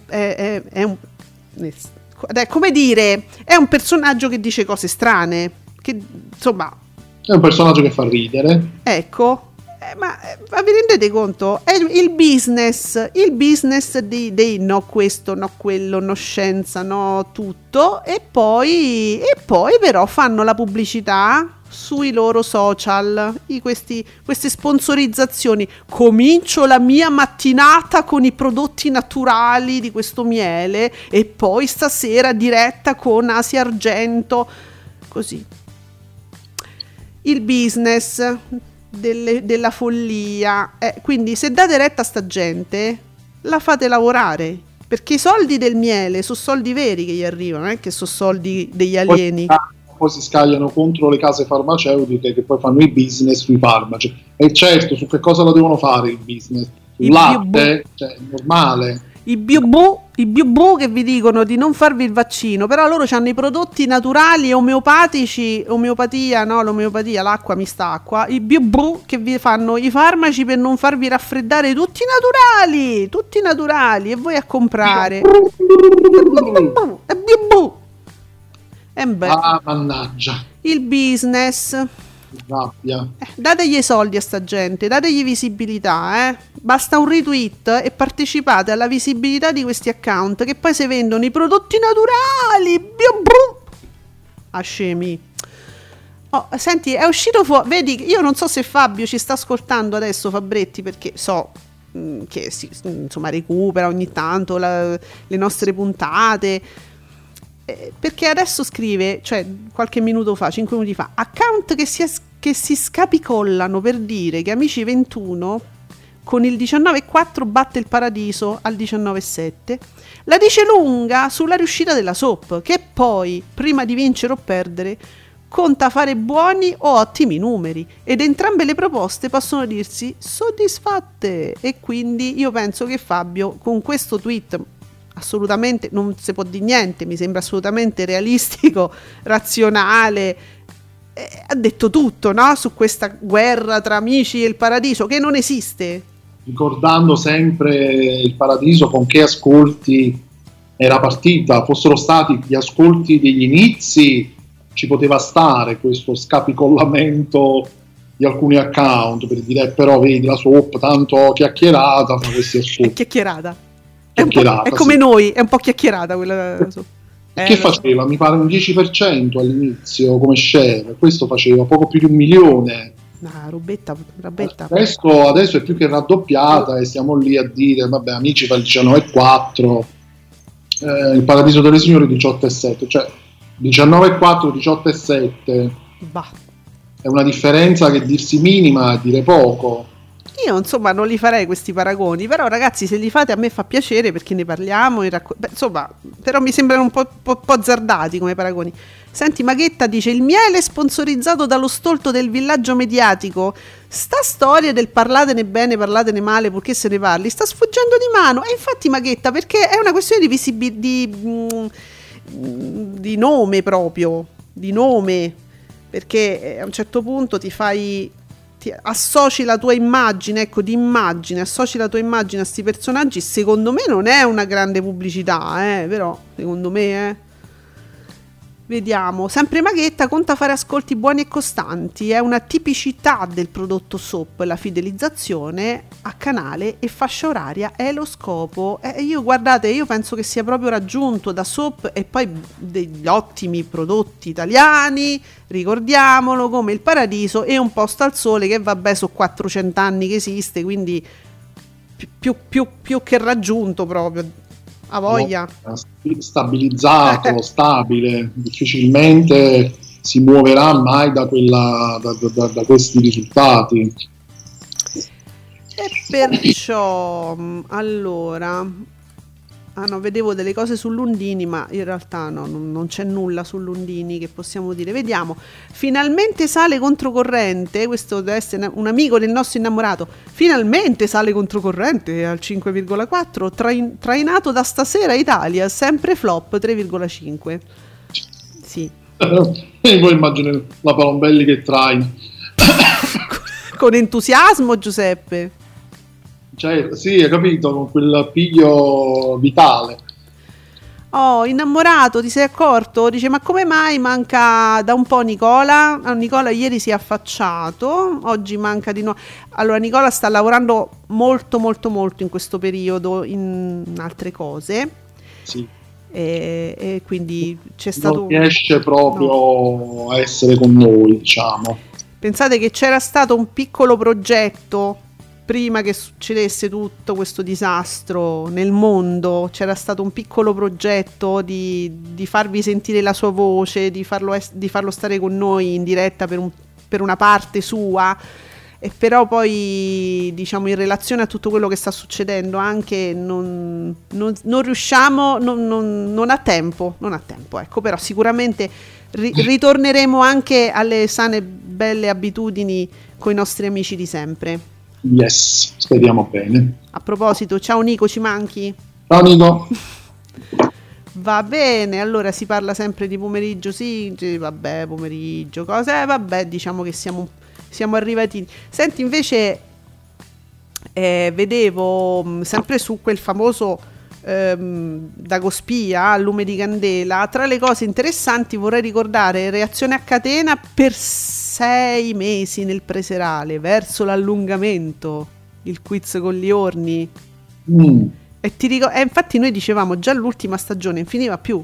Speaker 2: come dire, è un personaggio che dice cose strane, che insomma
Speaker 4: è un personaggio che fa ridere,
Speaker 2: ecco. Ma vi rendete conto? È il business dei no questo, no quello, no scienza, no tutto, e poi però fanno la pubblicità sui loro social, queste sponsorizzazioni. Comincio la mia mattinata con i prodotti naturali di questo miele e poi stasera diretta con Asia Argento, così. Il business della follia, quindi se date retta a sta gente la fate lavorare, perché i soldi del miele sono soldi veri che gli arrivano, non è che sono soldi degli alieni.
Speaker 4: poi si scagliano contro le case farmaceutiche che poi fanno i business sui farmaci. E certo, su che cosa lo devono fare il business? Sul latte, cioè, è normale.
Speaker 2: I biobù che vi dicono di non farvi il vaccino, però loro hanno i prodotti naturali e omeopatici, l'omeopatia, l'acqua mistacqua, i biobù che vi fanno i farmaci per non farvi raffreddare, tutti naturali, e voi a comprare. È biobù.
Speaker 4: Ah, mannaggia.
Speaker 2: Il business. Dategli i soldi a sta gente, dategli visibilità, basta un retweet e partecipate alla visibilità di questi account che poi si vendono i prodotti naturali. Scemi. Senti, è uscito fuori, vedi, io non so se Fabio ci sta ascoltando adesso, Fabretti, perché so che insomma recupera ogni tanto le nostre puntate, perché adesso scrive, cioè qualche minuto fa, 5 minuti fa, account che si scapicollano per dire che Amici 21 con il 19,4 batte il Paradiso al 19,7, la dice lunga sulla riuscita della soap, che poi, prima di vincere o perdere, conta fare buoni o ottimi numeri, ed entrambe le proposte possono dirsi soddisfatte. E quindi io penso che Fabio con questo tweet, assolutamente non si può dire niente, mi sembra assolutamente realistico, razionale, ha detto tutto, no? Su questa guerra tra Amici e il Paradiso, che non esiste.
Speaker 4: Ricordando sempre il Paradiso con che ascolti era partita, fossero stati gli ascolti degli inizi, ci poteva stare questo scapicollamento di alcuni account per dire però vedi la soap tanto chiacchierata fa questi ascolti.
Speaker 2: Chiacchierata. È come sì. Noi, è un po' chiacchierata quella.
Speaker 4: Che faceva? Mi pare un 10% all'inizio come share, questo faceva poco più di 1 milione.
Speaker 2: Robetta.
Speaker 4: Adesso è più che raddoppiata e stiamo lì a dire vabbè, Amici fa il 19,4, il Paradiso delle Signore 18,7, cioè 19,4, 18,7.
Speaker 2: Bah.
Speaker 4: È una differenza che dirsi minima è dire poco.
Speaker 2: Io insomma non li farei questi paragoni, però ragazzi, se li fate a me fa piacere perché ne parliamo, insomma, però mi sembrano un po' azzardati come paragoni. Senti, Maghetta dice: il miele sponsorizzato dallo stolto del villaggio mediatico, sta storia del parlatene bene, parlatene male, purché se ne parli, sta sfuggendo di mano. E infatti Maghetta, perché è una questione di nome proprio, di nome, perché a un certo punto associ la tua immagine, associ la tua immagine a sti personaggi. Secondo me non è una grande pubblicità, però secondo me vediamo. Sempre Maghetta conta fare ascolti buoni e costanti, è una tipicità del prodotto soap, la fidelizzazione a canale e fascia oraria è lo scopo. Io penso che sia proprio raggiunto da soap e poi degli ottimi prodotti italiani, ricordiamolo, come il Paradiso e Un posto al sole, che vabbè sono 400 anni che esiste, quindi più che raggiunto proprio. A voglia.
Speaker 4: Stabilizzato, stabile, difficilmente si muoverà mai da questi risultati.
Speaker 2: E perciò allora vedevo delle cose su Lundini, ma in realtà non c'è nulla su Lundini che possiamo dire. Vediamo. Finalmente sale controcorrente, questo deve essere un amico del nostro innamorato. Finalmente sale controcorrente al 5,4, trainato da Stasera Italia, sempre flop 3,5. Sì.
Speaker 4: E poi immagino la Palombelli che traina.
Speaker 2: Con entusiasmo, Giuseppe.
Speaker 4: Cioè, sì, hai capito, con quel piglio vitale.
Speaker 2: Oh, innamorato, ti sei accorto? Dice, ma come mai manca da un po' Nicola? Nicola ieri si è affacciato, oggi manca di nuovo. Allora, Nicola sta lavorando molto molto molto in questo periodo in altre cose.
Speaker 4: Sì.
Speaker 2: E quindi c'è stato...
Speaker 4: Non riesce proprio a essere con noi, diciamo.
Speaker 2: Pensate che c'era stato un piccolo progetto prima che succedesse tutto questo disastro nel mondo, c'era stato un piccolo progetto di farvi sentire la sua voce, di farlo stare con noi in diretta per una parte sua, e però poi diciamo in relazione a tutto quello che sta succedendo anche non riusciamo, non ha tempo, ecco. Però sicuramente ritorneremo anche alle sane belle abitudini con i nostri amici di sempre.
Speaker 4: Yes, speriamo bene.
Speaker 2: A proposito, ciao Nico, ci manchi?
Speaker 4: Ciao Nico.
Speaker 2: Va bene, allora si parla sempre di pomeriggio, sì, vabbè, pomeriggio, cosa? Vabbè, diciamo che siamo arrivati. Senti, invece, vedevo sempre su quel famoso Dagospia a lume di candela, tra le cose interessanti vorrei ricordare reazione a catena per 6 mesi nel preserale, verso l'allungamento, il quiz con gli orni. E infatti noi dicevamo già l'ultima stagione non finiva più.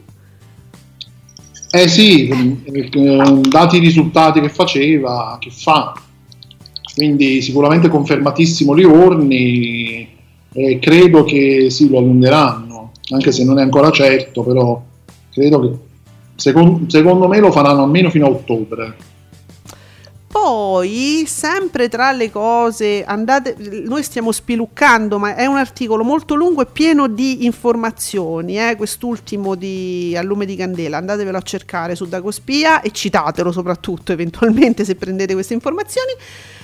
Speaker 4: Sì, dati i risultati che fa, quindi sicuramente confermatissimo Liorni, e credo che sì, lo allungheranno, anche se non è ancora certo, però credo che secondo me lo faranno almeno fino a ottobre.
Speaker 2: Poi, sempre tra le cose, noi stiamo spiluccando, ma è un articolo molto lungo e pieno di informazioni, quest'ultimo di A lume di candela, andatevelo a cercare su Dagospia e citatelo soprattutto eventualmente se prendete queste informazioni.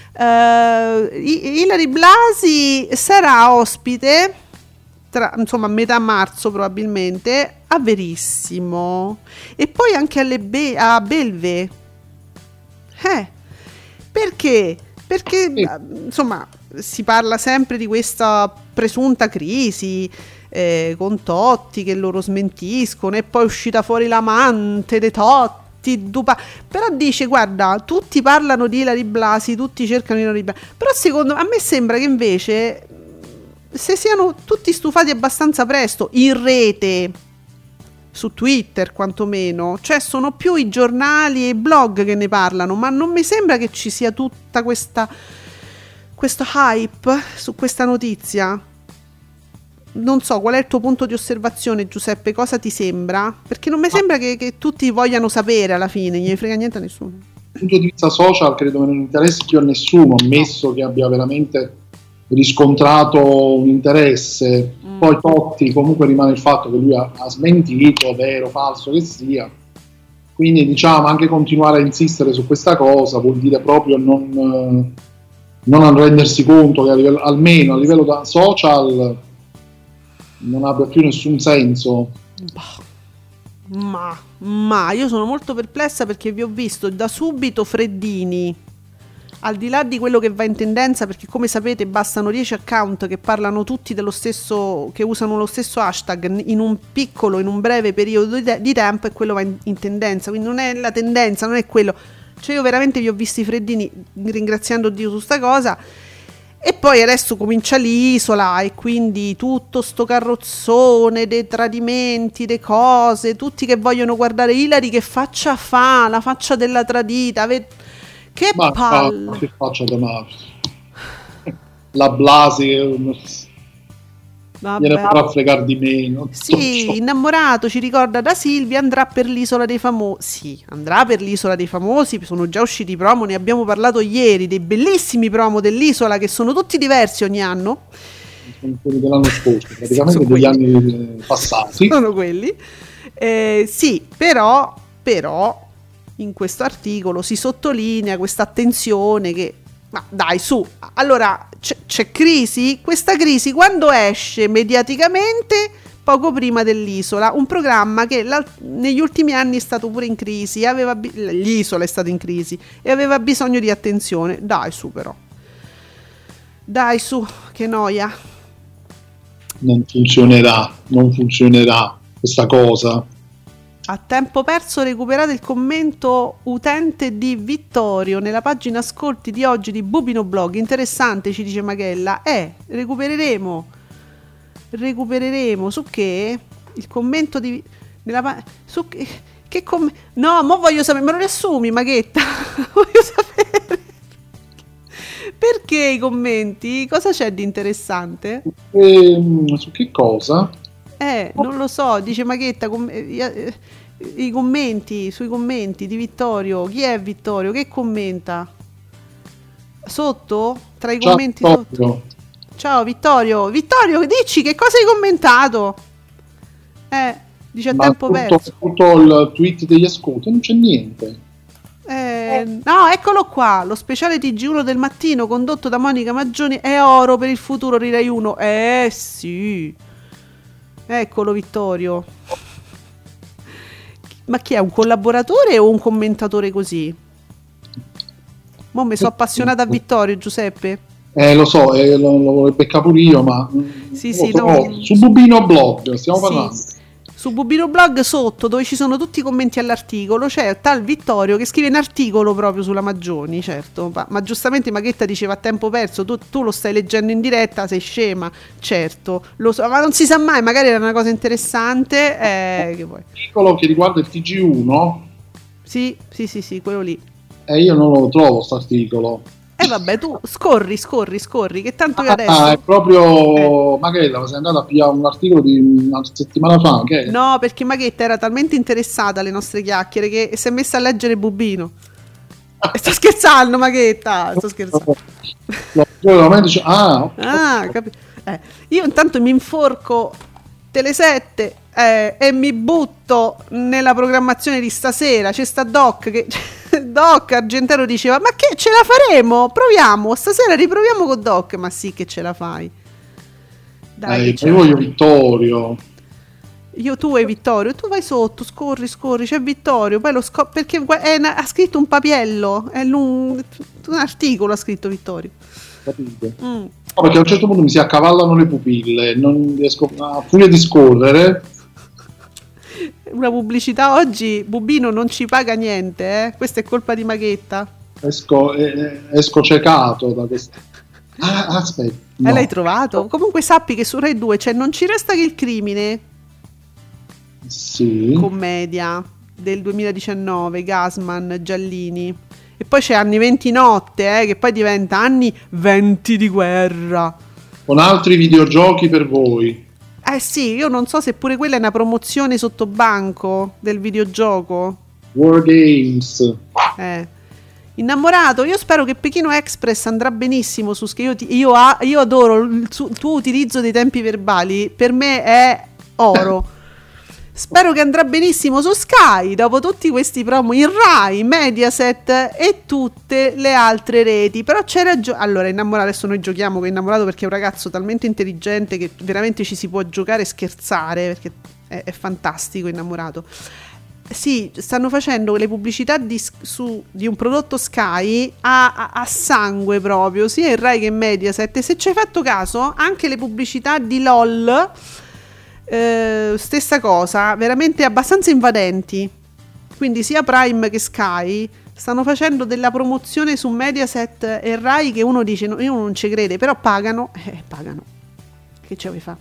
Speaker 2: Ilary Blasi sarà ospite a metà marzo probabilmente a Verissimo e poi anche a Belve. Perché? Perché insomma si parla sempre di questa presunta crisi con Totti che loro smentiscono e poi è uscita fuori l'amante dei Totti. Però dice, guarda, tutti parlano di Ilary Blasi, tutti cercano Ilary Blasi, però a me sembra che invece se siano tutti stufati abbastanza presto in rete, su Twitter quantomeno, cioè sono più i giornali e i blog che ne parlano, ma non mi sembra che ci sia tutta questo hype su questa notizia. Non so, qual è il tuo punto di osservazione, Giuseppe? Cosa ti sembra? Perché non mi sembra che tutti vogliano sapere alla fine, non gli frega niente a nessuno.
Speaker 4: Dal punto di vista social credo che non interessi più a nessuno, ammesso che abbia veramente riscontrato un interesse. Poi Totti comunque rimane il fatto che lui ha smentito, vero, falso che sia. Quindi diciamo anche continuare a insistere su questa cosa vuol dire proprio non rendersi conto che almeno a livello da social non abbia più nessun senso.
Speaker 2: Ma io sono molto perplessa perché vi ho visto da subito freddini, al di là di quello che va in tendenza, perché come sapete bastano 10 account che parlano tutti dello stesso, che usano lo stesso hashtag in un breve periodo di tempo, e quello va in tendenza, quindi non è la tendenza, non è quello. Cioè io veramente vi ho visti freddini, ringraziando Dio su sta cosa. E poi adesso comincia l'Isola e quindi tutto sto carrozzone dei tradimenti, de cose, tutti che vogliono guardare Ilary che faccia fa, la faccia della tradita, che palle.
Speaker 4: Che faccia da la Blasi gliene farà fregare di meno.
Speaker 2: Sì, innamorato, ci ricorda da Silvia, andrà per l'Isola dei Famosi. Sì, andrà per l'Isola dei Famosi, sono già usciti i promo, ne abbiamo parlato ieri, dei bellissimi promo dell'Isola che sono tutti diversi ogni anno.
Speaker 4: Sono quelli dell'anno scorso, praticamente degli anni passati.
Speaker 2: Sono quelli. Sì, però in questo articolo si sottolinea questa attenzione che, ma dai su, allora c'è crisi? Questa crisi quando esce mediaticamente? Poco prima dell'Isola, un programma che negli ultimi anni è stato pure in crisi, l'Isola è stata in crisi e aveva bisogno di attenzione. Dai su però, dai su, che noia.
Speaker 4: Non funzionerà questa cosa.
Speaker 2: A tempo perso recuperate il commento utente di Vittorio nella pagina ascolti di oggi di Bubino Blog. Interessante, ci dice Maghella. Recupereremo su che? Il commento di su che no, mo voglio sapere, me lo riassumi Maghetta? Voglio sapere perché i commenti, cosa c'è di interessante?
Speaker 4: Su che cosa?
Speaker 2: Non lo so, dice Maghetta, i commenti, sui commenti di Vittorio. Chi è Vittorio? Che commenta? Sotto? Tra i commenti sotto? Ciao Vittorio. Vittorio, dici che cosa hai commentato? Dice a tempo perso.
Speaker 4: Tutto il tweet degli ascolti, non c'è niente.
Speaker 2: No, eccolo qua, lo speciale TG1 del mattino condotto da Monica Maggioni è oro per il futuro di Rai 1. Sì, eccolo Vittorio. Ma chi è, un collaboratore o un commentatore così? Mo' mi sono appassionata a Vittorio, Giuseppe.
Speaker 4: Lo so, lo vorrei beccare pure io, ma
Speaker 2: sì,
Speaker 4: no. Su Bubino Blog stiamo parlando.
Speaker 2: Su Bubino Blog sotto, dove ci sono tutti i commenti all'articolo, c'è tal Vittorio che scrive un articolo proprio sulla Maggioni, certo, ma giustamente Maghetta diceva a tempo perso, tu lo stai leggendo in diretta, sei scema, certo, lo so, ma non si sa mai, magari era una cosa interessante. Che vuoi?
Speaker 4: L'articolo che riguarda il TG1?
Speaker 2: Sì, quello lì.
Speaker 4: Io non lo trovo, sto articolo.
Speaker 2: Vabbè, tu scorri, che tanto io adesso...
Speaker 4: è proprio Maghetta, sei andata a pigliare un articolo di una settimana fa, che è?
Speaker 2: No, perché Maghetta era talmente interessata alle nostre chiacchiere che si è messa a leggere Bubino. Sto scherzando, Maghetta, sto scherzando. Io intanto mi inforco Tele7 e mi butto nella programmazione di stasera. C'è sta Doc che... Doc Argentero diceva: ma che ce la faremo? Proviamo, stasera riproviamo con Doc. Ma sì che ce la fai. Dai,
Speaker 4: io voglio Vittorio.
Speaker 2: Tu hai Vittorio, tu vai sotto, scorri, c'è Vittorio, poi lo perché ha scritto un papiello, è un articolo ha scritto Vittorio.
Speaker 4: Capite? No, perché a un certo punto mi si accavallano le pupille, non riesco a furia di scorrere.
Speaker 2: Una pubblicità oggi, Bubino non ci paga niente, questa è colpa di Maghetta.
Speaker 4: Esco ciecato da questo. Aspetta. No.
Speaker 2: L'hai trovato? Comunque sappi che su Rai 2 c'è Non ci resta che il crimine.
Speaker 4: Sì.
Speaker 2: Commedia del 2019, Gasman, Giallini. E poi c'è Anni 20 notte, che poi diventa Anni 20 di guerra.
Speaker 4: Con altri videogiochi per voi.
Speaker 2: Sì, io non so se pure quella è una promozione sotto banco del videogioco.
Speaker 4: War Games.
Speaker 2: Innamorato, io spero che Pechino Express andrà benissimo su Sky. Io adoro il tuo utilizzo dei tempi verbali, per me è oro. Spero che andrà benissimo su Sky, dopo tutti questi promo in Rai, Mediaset e tutte le altre reti. Però c'è ragione. Allora, Innamorato, adesso noi giochiamo con Innamorato perché è un ragazzo talmente intelligente che veramente ci si può giocare e scherzare, perché è fantastico Innamorato. Sì, stanno facendo le pubblicità di un prodotto Sky a sangue proprio, sia in Rai che in Mediaset. E se ci hai fatto caso, anche le pubblicità di LOL... stessa cosa, veramente abbastanza invadenti. Quindi sia Prime che Sky stanno facendo della promozione su Mediaset e Rai che uno dice io non ci crede, però pagano, che ce vuoi fa?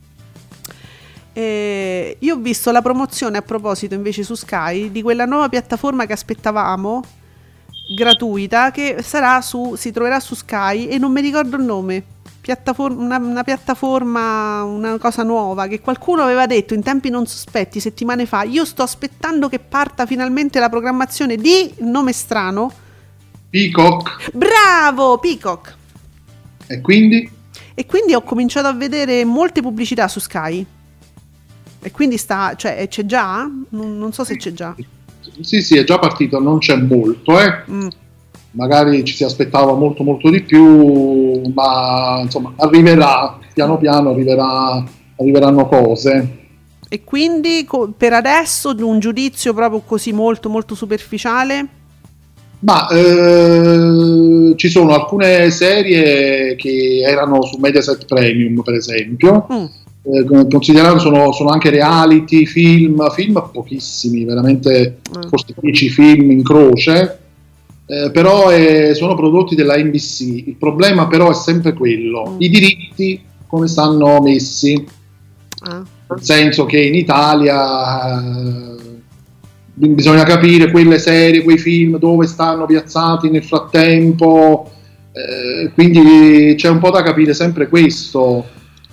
Speaker 2: Io ho visto la promozione a proposito invece su Sky di quella nuova piattaforma che aspettavamo, gratuita, che si troverà su Sky e non mi ricordo il nome. Una piattaforma, una cosa nuova che qualcuno aveva detto in tempi non sospetti settimane fa. Io sto aspettando che parta finalmente la programmazione di nome strano
Speaker 4: Peacock.
Speaker 2: Bravo, Peacock.
Speaker 4: E quindi
Speaker 2: ho cominciato a vedere molte pubblicità su Sky. E quindi c'è già? Non so se c'è già.
Speaker 4: Sì, è già partito, non c'è molto, magari ci si aspettava molto molto di più, ma insomma arriverà, piano piano arriveranno cose.
Speaker 2: E quindi per adesso un giudizio proprio così molto molto superficiale?
Speaker 4: Ma ci sono alcune serie che erano su Mediaset Premium, per esempio, considerato sono anche reality, film pochissimi, veramente forse 10 film in croce. Però sono prodotti della NBC. Il problema però è sempre quello, i diritti come stanno messi, nel senso che in Italia bisogna capire quelle serie, quei film dove stanno piazzati nel frattempo, quindi c'è un po' da capire sempre questo.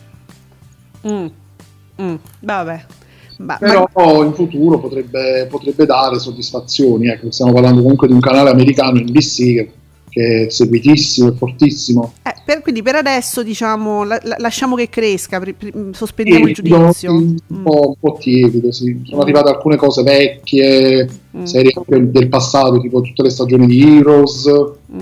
Speaker 2: Vabbè.
Speaker 4: Però in futuro potrebbe dare soddisfazioni, stiamo parlando comunque di un canale americano, NBC, che che è seguitissimo e fortissimo.
Speaker 2: Quindi per adesso diciamo lasciamo che cresca, sospendiamo il giudizio.
Speaker 4: Un po' tiepido, sì. Sono arrivate alcune cose vecchie, serie del passato, tipo tutte le stagioni di Heroes.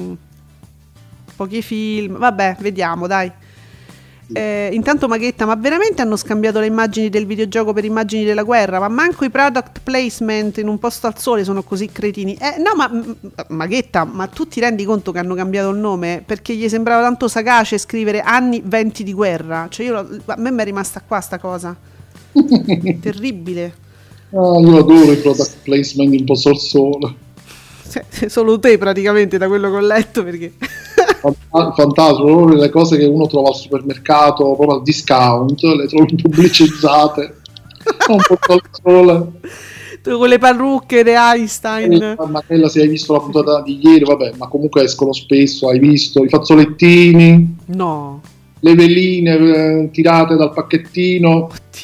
Speaker 2: Pochi film, vabbè, vediamo, dai. Intanto Maghetta, ma veramente hanno scambiato le immagini del videogioco per immagini della guerra? Ma manco i product placement in Un posto al sole sono così cretini. No, ma Maghetta, ma tu ti rendi conto che hanno cambiato il nome? Perché gli sembrava tanto sagace scrivere anni 20 di guerra. Cioè a me mi è rimasta qua sta cosa. Terribile.
Speaker 4: Io adoro i product placement in Un posto al sole.
Speaker 2: Solo te praticamente, da quello che ho letto, perché...
Speaker 4: Fantasma, le cose che uno trova al supermercato proprio al discount, le trovi pubblicizzate. Un po' al sole.
Speaker 2: Tu con le parrucche di Einstein.
Speaker 4: Marella, se hai visto la puntata di ieri, vabbè, ma comunque escono spesso. Hai visto i fazzolettini?
Speaker 2: No.
Speaker 4: Le veline tirate dal pacchettino.
Speaker 2: Oddio.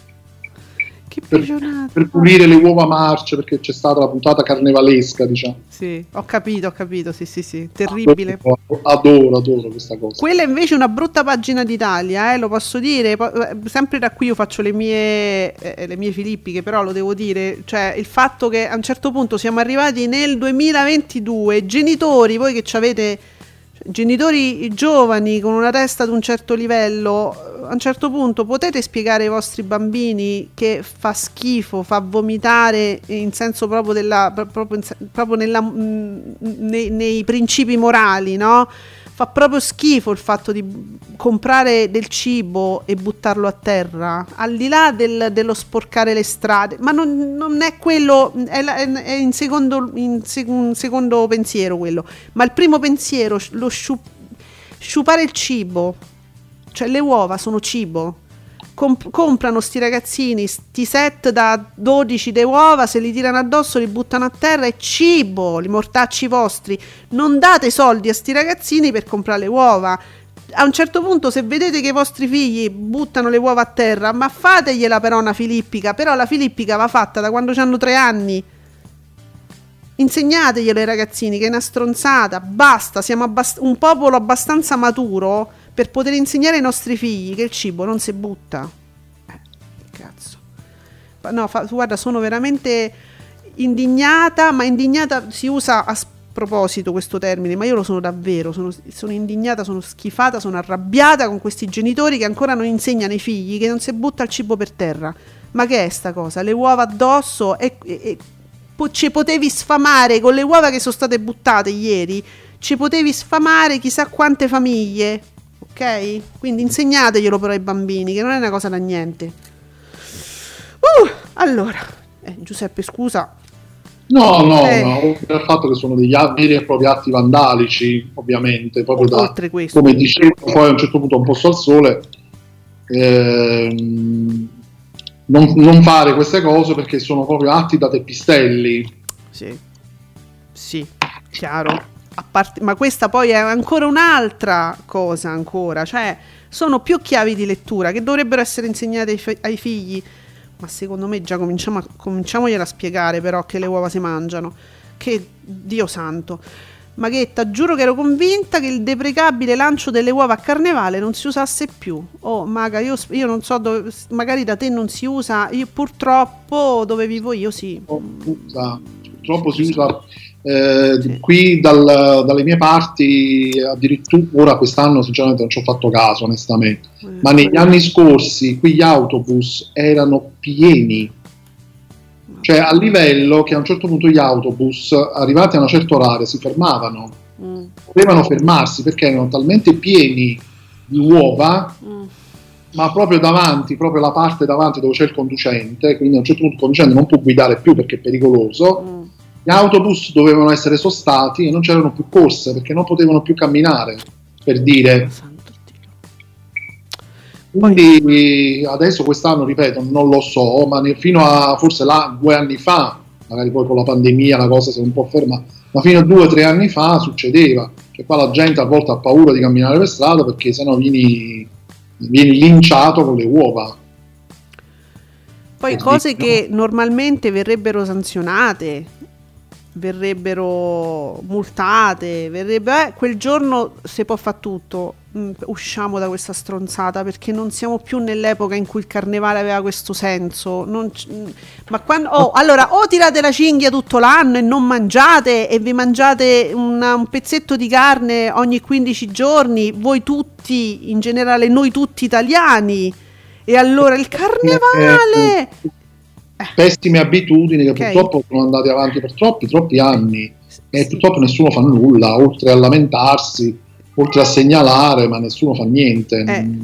Speaker 4: Per pulire le uova marce, perché c'è stata la puntata carnevalesca, diciamo.
Speaker 2: Sì, ho capito, sì, terribile.
Speaker 4: Adoro questa cosa.
Speaker 2: Quella invece è una brutta pagina d'Italia, lo posso dire, sempre da qui io faccio le mie filippiche, però lo devo dire, cioè il fatto che a un certo punto siamo arrivati nel 2022, genitori, voi che ci avete genitori giovani con una testa ad un certo livello, a un certo punto potete spiegare ai vostri bambini che fa schifo, fa vomitare in senso proprio nei principi morali, no? Fa proprio schifo il fatto di comprare del cibo e buttarlo a terra, al di là dello sporcare le strade, ma non è quello, è in secondo pensiero quello, ma il primo pensiero, lo sciupare il cibo, cioè le uova sono cibo. Comprano sti ragazzini sti set da 12 de uova, se li tirano addosso, li buttano a terra, è cibo, li mortacci vostri. Non date soldi a sti ragazzini per comprare le uova. A un certo punto, se vedete che i vostri figli buttano le uova a terra, ma fategliela però una filippica, però la filippica va fatta da quando hanno 3 anni. Insegnateglielo ai ragazzini che è una stronzata, basta, siamo un popolo abbastanza maturo per poter insegnare ai nostri figli che il cibo non si butta. Cazzo. No, guarda, sono veramente indignata, ma indignata si usa a sproposito questo termine, ma io lo sono davvero, sono indignata, sono schifata, sono arrabbiata con questi genitori che ancora non insegnano ai figli che non si butta il cibo per terra. Ma che è sta cosa? Le uova addosso e ci potevi sfamare con le uova che sono state buttate ieri, ci potevi sfamare chissà quante famiglie. Ok? Quindi insegnateglielo però ai bambini, che non è una cosa da niente. Allora, Giuseppe, scusa.
Speaker 4: No, oltre al fatto che sono degli veri e propri atti vandalici, ovviamente, proprio
Speaker 2: oltre questo,
Speaker 4: come dicevo, poi a un certo punto Un posto al sole, non fare queste cose perché sono proprio atti da teppistelli.
Speaker 2: Sì, chiaro. Ma questa poi è ancora un'altra cosa ancora, cioè sono più chiavi di lettura che dovrebbero essere insegnate ai figli, ma secondo me già cominciamogliela a spiegare però che le uova si mangiano, che Dio santo. Maghetta, giuro che ero convinta che il deprecabile lancio delle uova a carnevale non si usasse più. Oh Maga, io non so dove, magari da te non si usa, io purtroppo dove vivo io sì.
Speaker 4: Purtroppo si usa. Qui dalle mie parti addirittura quest'anno sinceramente non ci ho fatto caso onestamente, ma negli anni scorsi qui gli autobus erano pieni, cioè a livello che a un certo punto gli autobus arrivati a una certa oraria si fermavano, dovevano fermarsi perché erano talmente pieni di uova, ma proprio davanti, proprio la parte davanti dove c'è il conducente, quindi a un certo punto il conducente non può guidare più perché è pericoloso. Gli autobus dovevano essere sostati e non c'erano più corse perché non potevano più camminare, per dire. Quindi adesso quest'anno, ripeto, non lo so, ma fino a forse 2 anni fa, magari poi con la pandemia la cosa si è un po' ferma, ma fino a 2 o 3 anni fa succedeva che qua la gente a volte ha paura di camminare per strada perché sennò vieni linciato con le uova.
Speaker 2: Poi cose che normalmente verrebbero sanzionate, verrebbero multate, quel giorno si può fare tutto. Usciamo da questa stronzata, perché non siamo più nell'epoca in cui il carnevale aveva questo senso. Ma quando allora o tirate la cinghia tutto l'anno e non mangiate, e vi mangiate un pezzetto di carne ogni 15 giorni, voi tutti, in generale noi tutti italiani, e allora il carnevale
Speaker 4: pessime abitudini che purtroppo sono andate avanti per troppi anni, e purtroppo nessuno fa nulla, oltre a lamentarsi, oltre a segnalare, ma nessuno fa niente.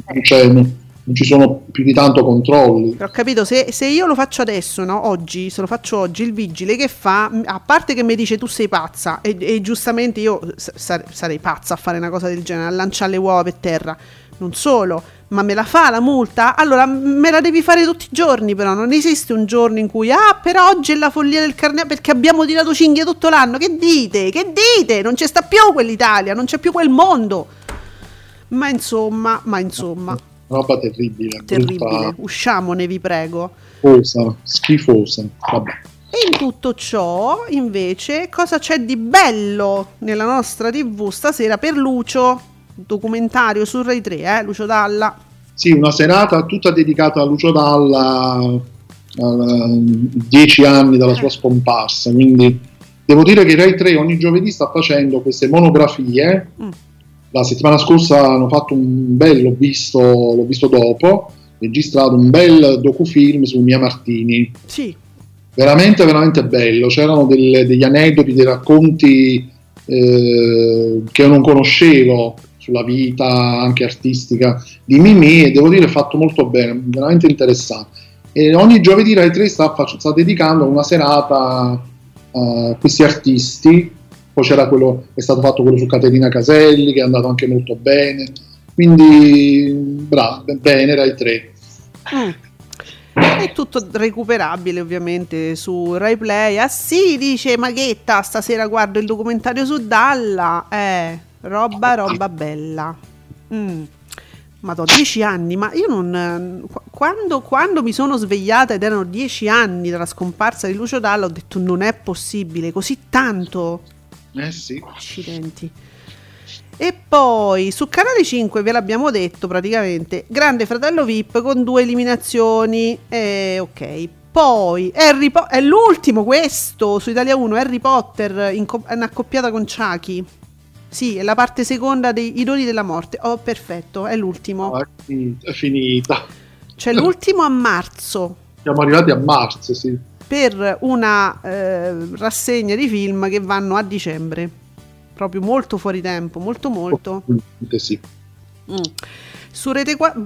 Speaker 4: Non ci sono più di tanto controlli.
Speaker 2: Ho capito, se io lo faccio adesso, no? Oggi, se lo faccio oggi, il vigile che fa, a parte che mi dice tu sei pazza, e giustamente io sarei pazza a fare una cosa del genere, a lanciare le uova per terra, non solo, ma me la fa la multa? Allora me la devi fare tutti i giorni, però non esiste un giorno in cui però oggi è la follia del carnevale perché abbiamo tirato cinghie tutto l'anno. Che dite? Non c'è sta più quell'Italia, non c'è più quel mondo. Ma insomma
Speaker 4: roba terribile. Brutta,
Speaker 2: usciamone, vi prego.
Speaker 4: Schifosa. Vabbè.
Speaker 2: E in tutto ciò, invece, cosa c'è di bello nella nostra TV stasera per Lucio? Documentario su Rai 3, Lucio Dalla.
Speaker 4: Sì, una serata tutta dedicata a Lucio Dalla, a 10 anni dalla sua scomparsa. Quindi devo dire che Rai 3 ogni giovedì sta facendo queste monografie. La settimana scorsa hanno fatto l'ho visto dopo, registrato un bel docufilm su Mia Martini.
Speaker 2: Sì.
Speaker 4: Veramente, veramente bello. C'erano degli aneddoti, dei racconti che io non conoscevo sulla vita anche artistica di Mimì, e devo dire fatto molto bene, veramente interessante. E ogni giovedì Rai 3 sta dedicando una serata a questi artisti. Poi è stato fatto quello su Caterina Caselli, che è andato anche molto bene, quindi bene Rai 3.
Speaker 2: È tutto recuperabile ovviamente su Rai Play. Ah sì, dice Maghetta, stasera guardo il documentario su Dalla. Roba bella. Madò, 10 anni, ma io non... Quando mi sono svegliata ed erano 10 anni dalla scomparsa di Lucio Dalla, ho detto non è possibile, così tanto.
Speaker 4: Sì.
Speaker 2: Accidenti. E poi su Canale 5 ve l'abbiamo detto praticamente, Grande Fratello VIP con 2 eliminazioni, ok. Poi è l'ultimo questo su Italia 1, Harry Potter in accoppiata con Chucky. Sì, è la parte seconda dei I Doni della Morte. Oh, perfetto, è l'ultimo.
Speaker 4: È finita.
Speaker 2: C'è l'ultimo a marzo.
Speaker 4: Siamo arrivati a marzo, sì.
Speaker 2: Per una rassegna di film che vanno a dicembre. Proprio molto fuori tempo, molto.
Speaker 4: Sì.
Speaker 2: Su Rete 4...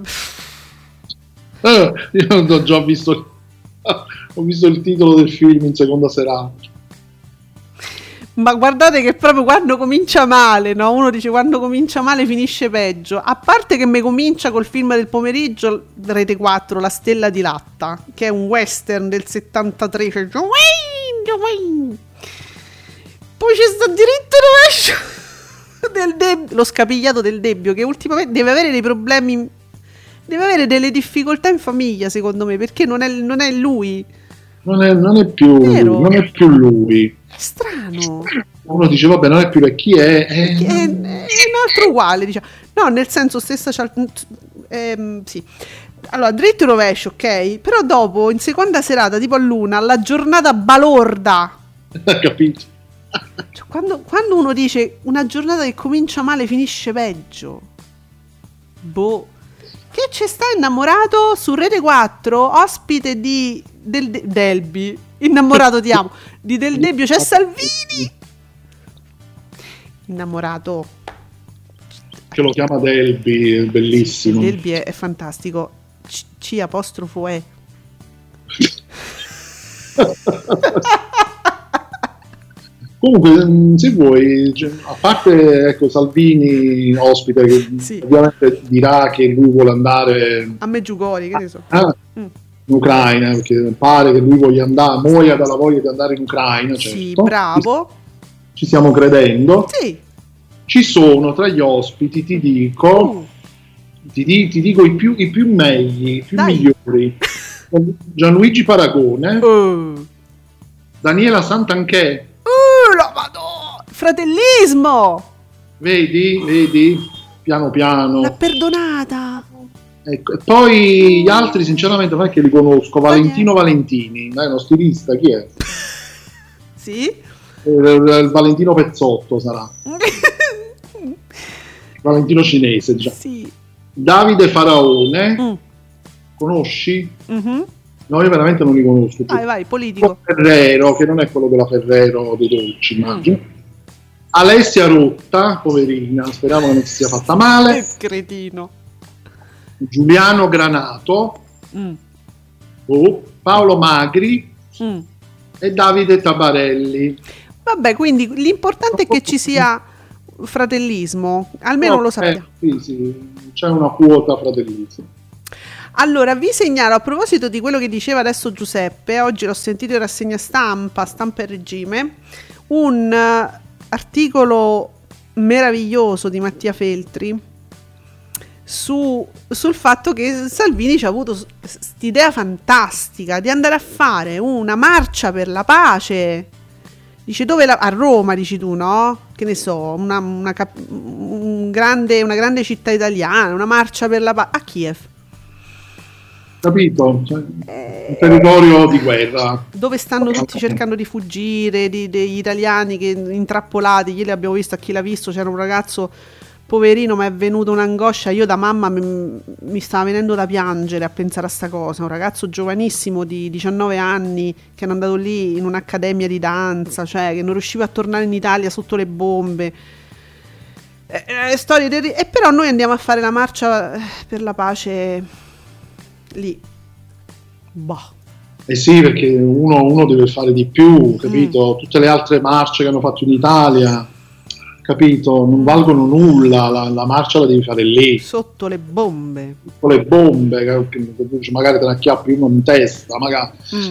Speaker 4: io ho già visto... ho visto il titolo del film in seconda serata.
Speaker 2: Ma guardate che proprio quando comincia male, no? Uno dice quando comincia male finisce peggio. A parte che mi comincia col film del pomeriggio, Rete 4, La Stella di Latta, che è un western del 73. Cioè, poi c'è sta diritto rovescio lo scapigliato del Debbio, che ultimamente deve avere dei problemi, deve avere delle difficoltà in famiglia, secondo me, perché non è lui.
Speaker 4: Non è più lui.
Speaker 2: Strano.
Speaker 4: Uno dice vabbè, non è più chi è
Speaker 2: un altro uguale, diciamo. No, nel senso stessa sì. Allora, dritto e rovescio, ok, però dopo in seconda serata tipo all'una, la giornata balorda.
Speaker 4: Capito?
Speaker 2: Cioè, quando uno dice una giornata che comincia male finisce peggio. Boh. Che ci sta innamorato su Rete 4, ospite di Delbi, innamorato ti amo, di Del Debbio c'è Salvini, innamorato,
Speaker 4: che lo chiama Delbi, è bellissimo.
Speaker 2: Delbi è fantastico, C apostrofo E.
Speaker 4: Comunque, se vuoi, a parte ecco Salvini ospite, che sì, ovviamente dirà che lui vuole andare
Speaker 2: a Meggiugori, che ne so,
Speaker 4: in Ucraina, perché pare che lui voglia andare, muoia dalla voglia di andare in Ucraina. Certo.
Speaker 2: Sì, bravo.
Speaker 4: Ci stiamo credendo.
Speaker 2: Sì.
Speaker 4: Ci sono tra gli ospiti, ti dico i più meglio, i più migliori. Gianluigi Paragone, Daniela Santanchè,
Speaker 2: Fratellismo!
Speaker 4: Vedi? Piano piano.
Speaker 2: L'ha perdonata.
Speaker 4: Ecco. E poi gli altri sinceramente non è che li conosco. Valentino Valentini, è uno stilista, chi è?
Speaker 2: Sì?
Speaker 4: Il Valentino Pezzotto sarà. Valentino cinese, diciamo.
Speaker 2: Sì.
Speaker 4: Davide Faraone, conosci?
Speaker 2: Mm-hmm.
Speaker 4: No, io veramente non li conosco.
Speaker 2: Vai, politico.
Speaker 4: Ferrero, che non è quello della Ferrero dei dolci, immagino. Alessia Rotta, poverina, speriamo che non si sia fatta male.
Speaker 2: Che cretino.
Speaker 4: Giuliano Granato, Paolo Magri e Davide Tabarelli.
Speaker 2: Vabbè, quindi l'importante è che ci sia fratellismo, almeno lo sappiamo.
Speaker 4: Sì, c'è una quota fratellismo.
Speaker 2: Allora, vi segnalo, a proposito di quello che diceva adesso Giuseppe, oggi l'ho sentito in rassegna Stampa e Regime, un articolo meraviglioso di Mattia Feltri sul fatto che Salvini ci ha avuto quest'idea fantastica di andare a fare una marcia per la pace. Dice a Roma, dici tu, no? Che ne so, una grande città italiana, una marcia per la pace a Kiev.
Speaker 4: Capito? Cioè, un territorio di guerra.
Speaker 2: Dove stanno tutti cercando di fuggire, degli italiani che intrappolati. Ieri abbiamo visto, a chi l'ha visto, c'era un ragazzo poverino, ma è venuta un'angoscia. Io da mamma mi stava venendo da piangere a pensare a sta cosa. Un ragazzo giovanissimo di 19 anni che era andato lì in un'accademia di danza, cioè che non riusciva a tornare in Italia sotto le bombe. Storie e però noi andiamo a fare la marcia per la pace lì. Boh.
Speaker 4: Eh sì, perché uno deve fare di più, capito? Tutte le altre marce che hanno fatto in Italia, capito? Non valgono nulla, la marcia la devi fare lì.
Speaker 2: Sotto le bombe.
Speaker 4: Sotto le bombe, magari te ne acchiappi uno in testa, magari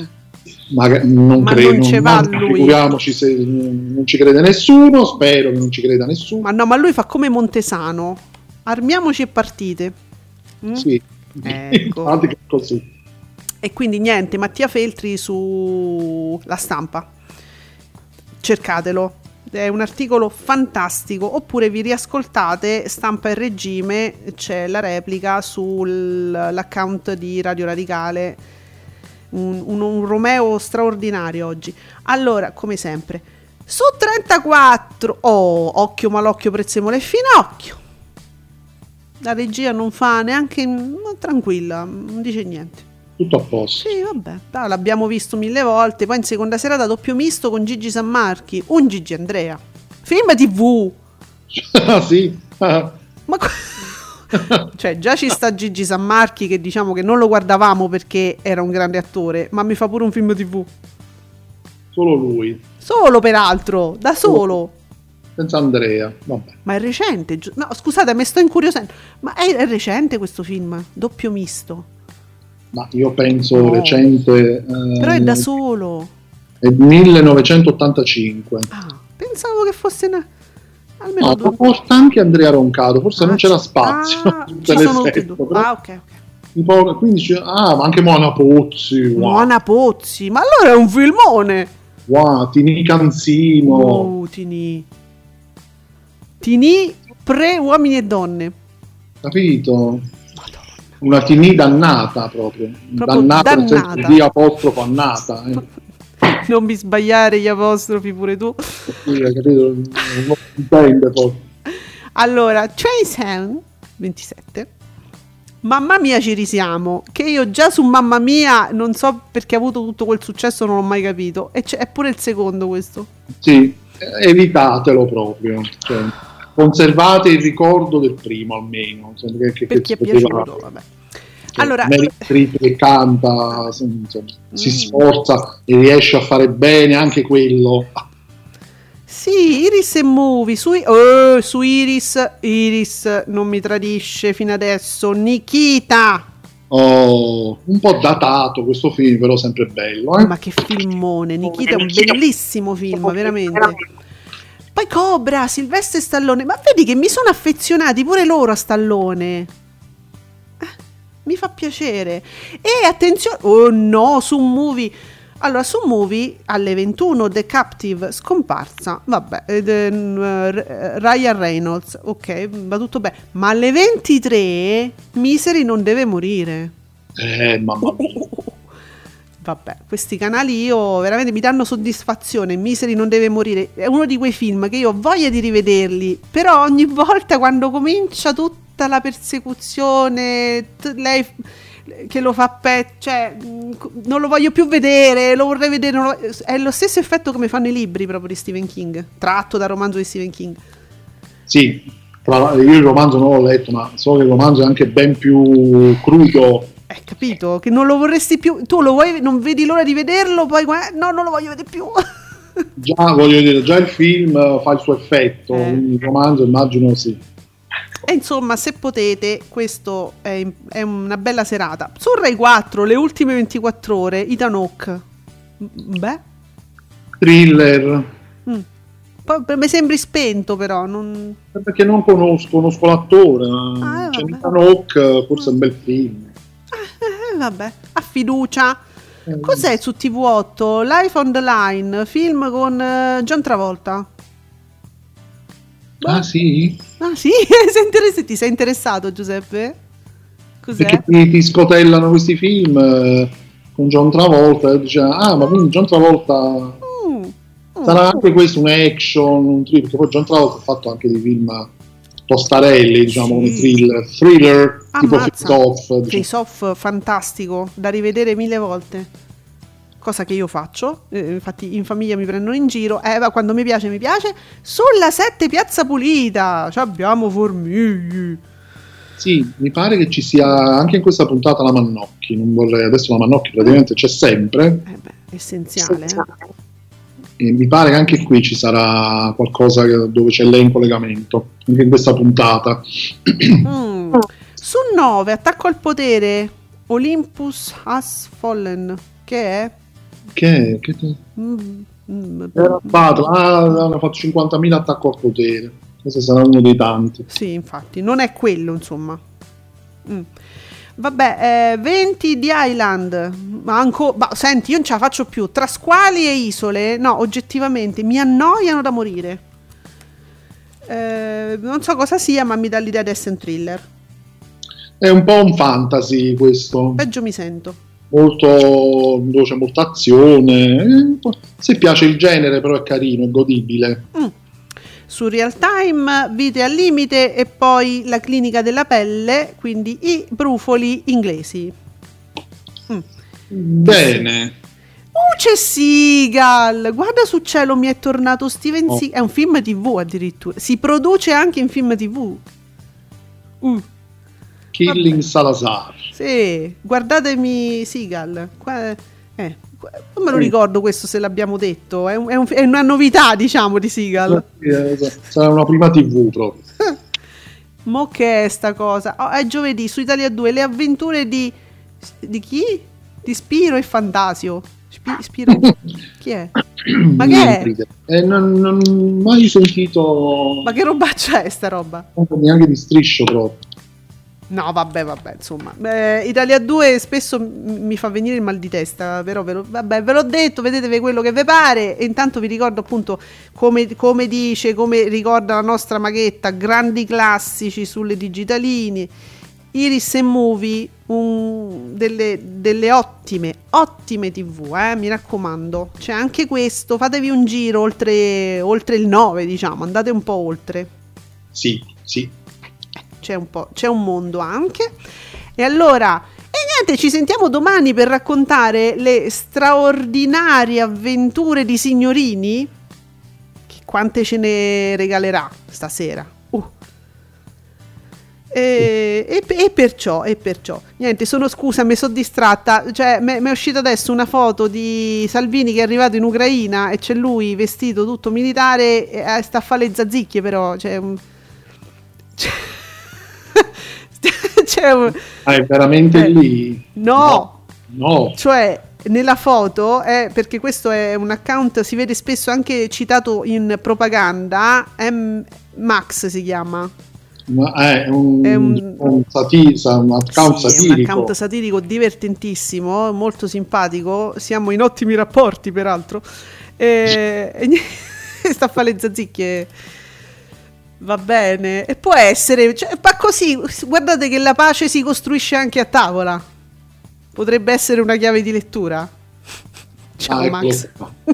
Speaker 4: non credo. Non ci va lui. Figuriamoci se non ci crede nessuno, spero che non ci creda nessuno.
Speaker 2: Ma no, ma lui fa come Montesano. Armiamoci e partite.
Speaker 4: Sì.
Speaker 2: Ecco.
Speaker 4: Così.
Speaker 2: E quindi niente, Mattia Feltri su La Stampa, cercatelo, è un articolo fantastico. Oppure vi riascoltate Stampa e Regime, c'è la replica sull'account di Radio Radicale, un Romeo straordinario oggi. Allora, come sempre, su 34, occhio malocchio prezzemolo e finocchio. La regia non fa neanche, tranquilla, non dice niente.
Speaker 4: Tutto a posto.
Speaker 2: Sì, vabbè, l'abbiamo visto 1000 volte. Poi in seconda serata doppio misto con Gigi Sammarchi, un Gigi Andrea. Film TV.
Speaker 4: Ah, sì.
Speaker 2: Ma cioè, già ci sta Gigi Sammarchi, che diciamo che non lo guardavamo perché era un grande attore, ma mi fa pure un film TV.
Speaker 4: Solo lui.
Speaker 2: Solo, peraltro, da solo.
Speaker 4: Senza Andrea, vabbè.
Speaker 2: Ma è recente? No, scusate, mi sto incuriosendo. Ma è recente questo film? Doppio misto?
Speaker 4: Ma io penso recente.
Speaker 2: Però è da solo.
Speaker 4: È 1985.
Speaker 2: Pensavo che fosse almeno
Speaker 4: porta anche Andrea Roncato, forse non c'era spazio.
Speaker 2: Ci sono tutti e due.
Speaker 4: Ok. Quindi ma anche Mona Pozzi. Wow.
Speaker 2: Mona Pozzi, ma allora è un filmone.
Speaker 4: Wow, Tini Canzino.
Speaker 2: Tini pre Uomini e Donne.
Speaker 4: Capito? Una Tini dannata proprio dannata. Nel senso di apostrofo annata.
Speaker 2: Non mi sbagliare gli apostrofi pure tu.
Speaker 4: Sì, capito? Non intende proprio.
Speaker 2: Allora, Chase 27. Mamma mia, ci risiamo. Che io già su Mamma mia non so perché ha avuto tutto quel successo, non l'ho mai capito. E è pure il secondo questo.
Speaker 4: Sì, evitatelo proprio. Cioè, conservate il ricordo del primo almeno.
Speaker 2: Perché è piaciuto, vabbè. Allora,
Speaker 4: Meryl Streep che canta, si sforza e riesce a fare bene anche quello.
Speaker 2: Sì, Iris e Movie su Iris non mi tradisce fino adesso. Nikita,
Speaker 4: un po' datato questo film, però sempre bello,
Speaker 2: Ma che filmone. Nikita è un bellissimo film, veramente. Poi Cobra, Silvestre Stallone, ma vedi che mi sono affezionati pure loro a Stallone. Mi fa piacere. E attenzione, su Movie Allora, su Movie alle 21 The Captive scomparsa, vabbè, Ryan Reynolds, ok, va tutto bene, ma alle 23 Misery non deve morire.
Speaker 4: Mamma mia.
Speaker 2: Vabbè, questi canali io veramente mi danno soddisfazione. Misery non deve morire, è uno di quei film che io ho voglia di rivederli, però ogni volta quando comincia tutta la persecuzione, lei che lo fa cioè non lo voglio più vedere, lo vorrei vedere, è lo stesso effetto che mi fanno i libri proprio di Stephen King, tratto dal romanzo di Stephen King.
Speaker 4: Sì, io il romanzo non l'ho letto, ma so che il romanzo è anche ben più crudo.
Speaker 2: Capito? Che non lo vorresti più, tu lo vuoi, non vedi l'ora di vederlo, poi no, non lo voglio vedere più.
Speaker 4: Già, voglio dire, già il film fa il suo effetto, quindi il romanzo immagino sì.
Speaker 2: E insomma, se potete, questo è una bella serata. Su Rai 4, le ultime 24 ore, Ethan Hawke. Beh.
Speaker 4: Thriller.
Speaker 2: Poi mi sembri spento, però. Non...
Speaker 4: Perché non conosco l'attore. C'è Ethan Hawke, forse è un bel film.
Speaker 2: Vabbè, a fiducia. Cos'è su TV8? Life on the Line, film con John Travolta.
Speaker 4: Ah sì?
Speaker 2: Ah sì? Ti sei interessato, Giuseppe? Cos'è?
Speaker 4: Perché ti scotellano questi film con John Travolta e dice, ma quindi John Travolta sarà anche questo un action, un thriller, perché poi John Travolta ha fatto anche dei film tostarelli, diciamo, come thriller tipo Face Off.
Speaker 2: Face Off, fantastico, da rivedere 1000 volte. Cosa che io faccio, infatti in famiglia mi prendono in giro, quando mi piace. Sulla 7 Piazza Pulita, abbiamo Formigli.
Speaker 4: Sì, mi pare che ci sia anche in questa puntata la Mannocchi, non vorrei, adesso la Mannocchi praticamente c'è sempre.
Speaker 2: Essenziale.
Speaker 4: E mi pare che anche qui ci sarà qualcosa dove c'è lei in collegamento, anche in questa puntata.
Speaker 2: Su 9, Attacco al potere, Olympus Has Fallen, che è?
Speaker 4: Che hanno fatto 50.000 attacco al potere, questo sarà uno dei tanti.
Speaker 2: Sì, infatti, non è quello, insomma. Vabbè, 20 di Island, ma senti, io non ce la faccio più, tra squali e isole, no, oggettivamente mi annoiano da morire. Non so cosa sia, ma mi dà l'idea di essere un thriller.
Speaker 4: È un po' un fantasy questo.
Speaker 2: Peggio mi sento.
Speaker 4: Molto, dove c'è molta azione, se piace il genere però è carino, è godibile.
Speaker 2: Su Real Time, Vite al limite e poi La clinica della pelle, quindi i brufoli inglesi.
Speaker 4: Bene.
Speaker 2: C'è Seagal, guarda su cielo mi è tornato Steven Seagal, è un film TV addirittura, si produce anche in film TV.
Speaker 4: Killing Salazar.
Speaker 2: Sì, guardatemi Seagal. Non me lo ricordo questo, se l'abbiamo detto. È una novità, diciamo, di Seagal.
Speaker 4: Sarà una prima TV proprio.
Speaker 2: Mo che è sta cosa? È giovedì su Italia 2 le avventure di chi? Di Spiro e Fantasio. Spiro? Chi è? Ma che è?
Speaker 4: Non ho mai sentito.
Speaker 2: Ma che roba c'è sta roba?
Speaker 4: Neanche di striscio proprio.
Speaker 2: No, vabbè, insomma, Italia 2 spesso mi fa venire il mal di testa, però ve l'ho detto, vedetevi quello che vi pare. E intanto vi ricordo appunto come ricorda la nostra Maghetta, grandi classici sulle digitalini, Iris e Movie, delle ottime TV, mi raccomando. C'è anche questo, fatevi un giro oltre il 9, diciamo, andate un po' oltre.
Speaker 4: Sì.
Speaker 2: C'è un mondo anche. E allora, niente, ci sentiamo domani per raccontare le straordinarie avventure di Signorini. Quante ce ne regalerà stasera? E perciò niente, mi sono distratta, cioè mi è uscita adesso una foto di Salvini che è arrivato in Ucraina e c'è lui vestito tutto militare e sta a fare le zazzicchie, però è veramente
Speaker 4: lì?
Speaker 2: No. Cioè nella foto perché questo è un account, si vede spesso anche citato in propaganda, Max si chiama.
Speaker 4: È un account satirico.
Speaker 2: Un account satirico divertentissimo, molto simpatico. Siamo in ottimi rapporti, peraltro. Sta a fare le zazzicchie. Va bene. E può essere, ma così, guardate che la pace si costruisce anche a tavola. Potrebbe essere una chiave di lettura. Ciao Max.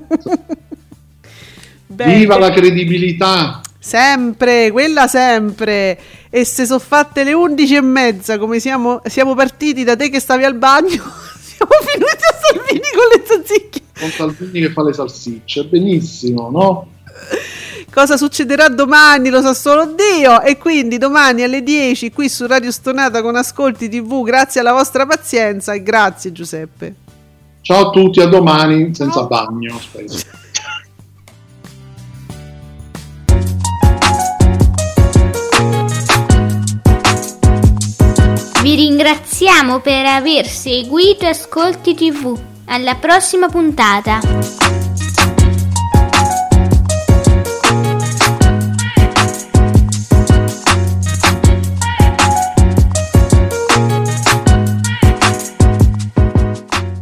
Speaker 4: Viva la credibilità.
Speaker 2: Sempre, quella sempre. E se sono fatte le 11:30, come siamo partiti da te che stavi al bagno, siamo finiti a Salvini con le zazzicchie.
Speaker 4: Con Salvini che fa le salsicce, benissimo, no?
Speaker 2: Cosa succederà domani lo sa solo Dio. E quindi domani alle 10 qui su Radio Stonata con Ascolti TV, grazie alla vostra pazienza e grazie Giuseppe.
Speaker 4: Ciao a tutti, a domani senza bagno, spero.
Speaker 5: Vi ringraziamo per aver seguito Ascolti TV. Alla prossima puntata.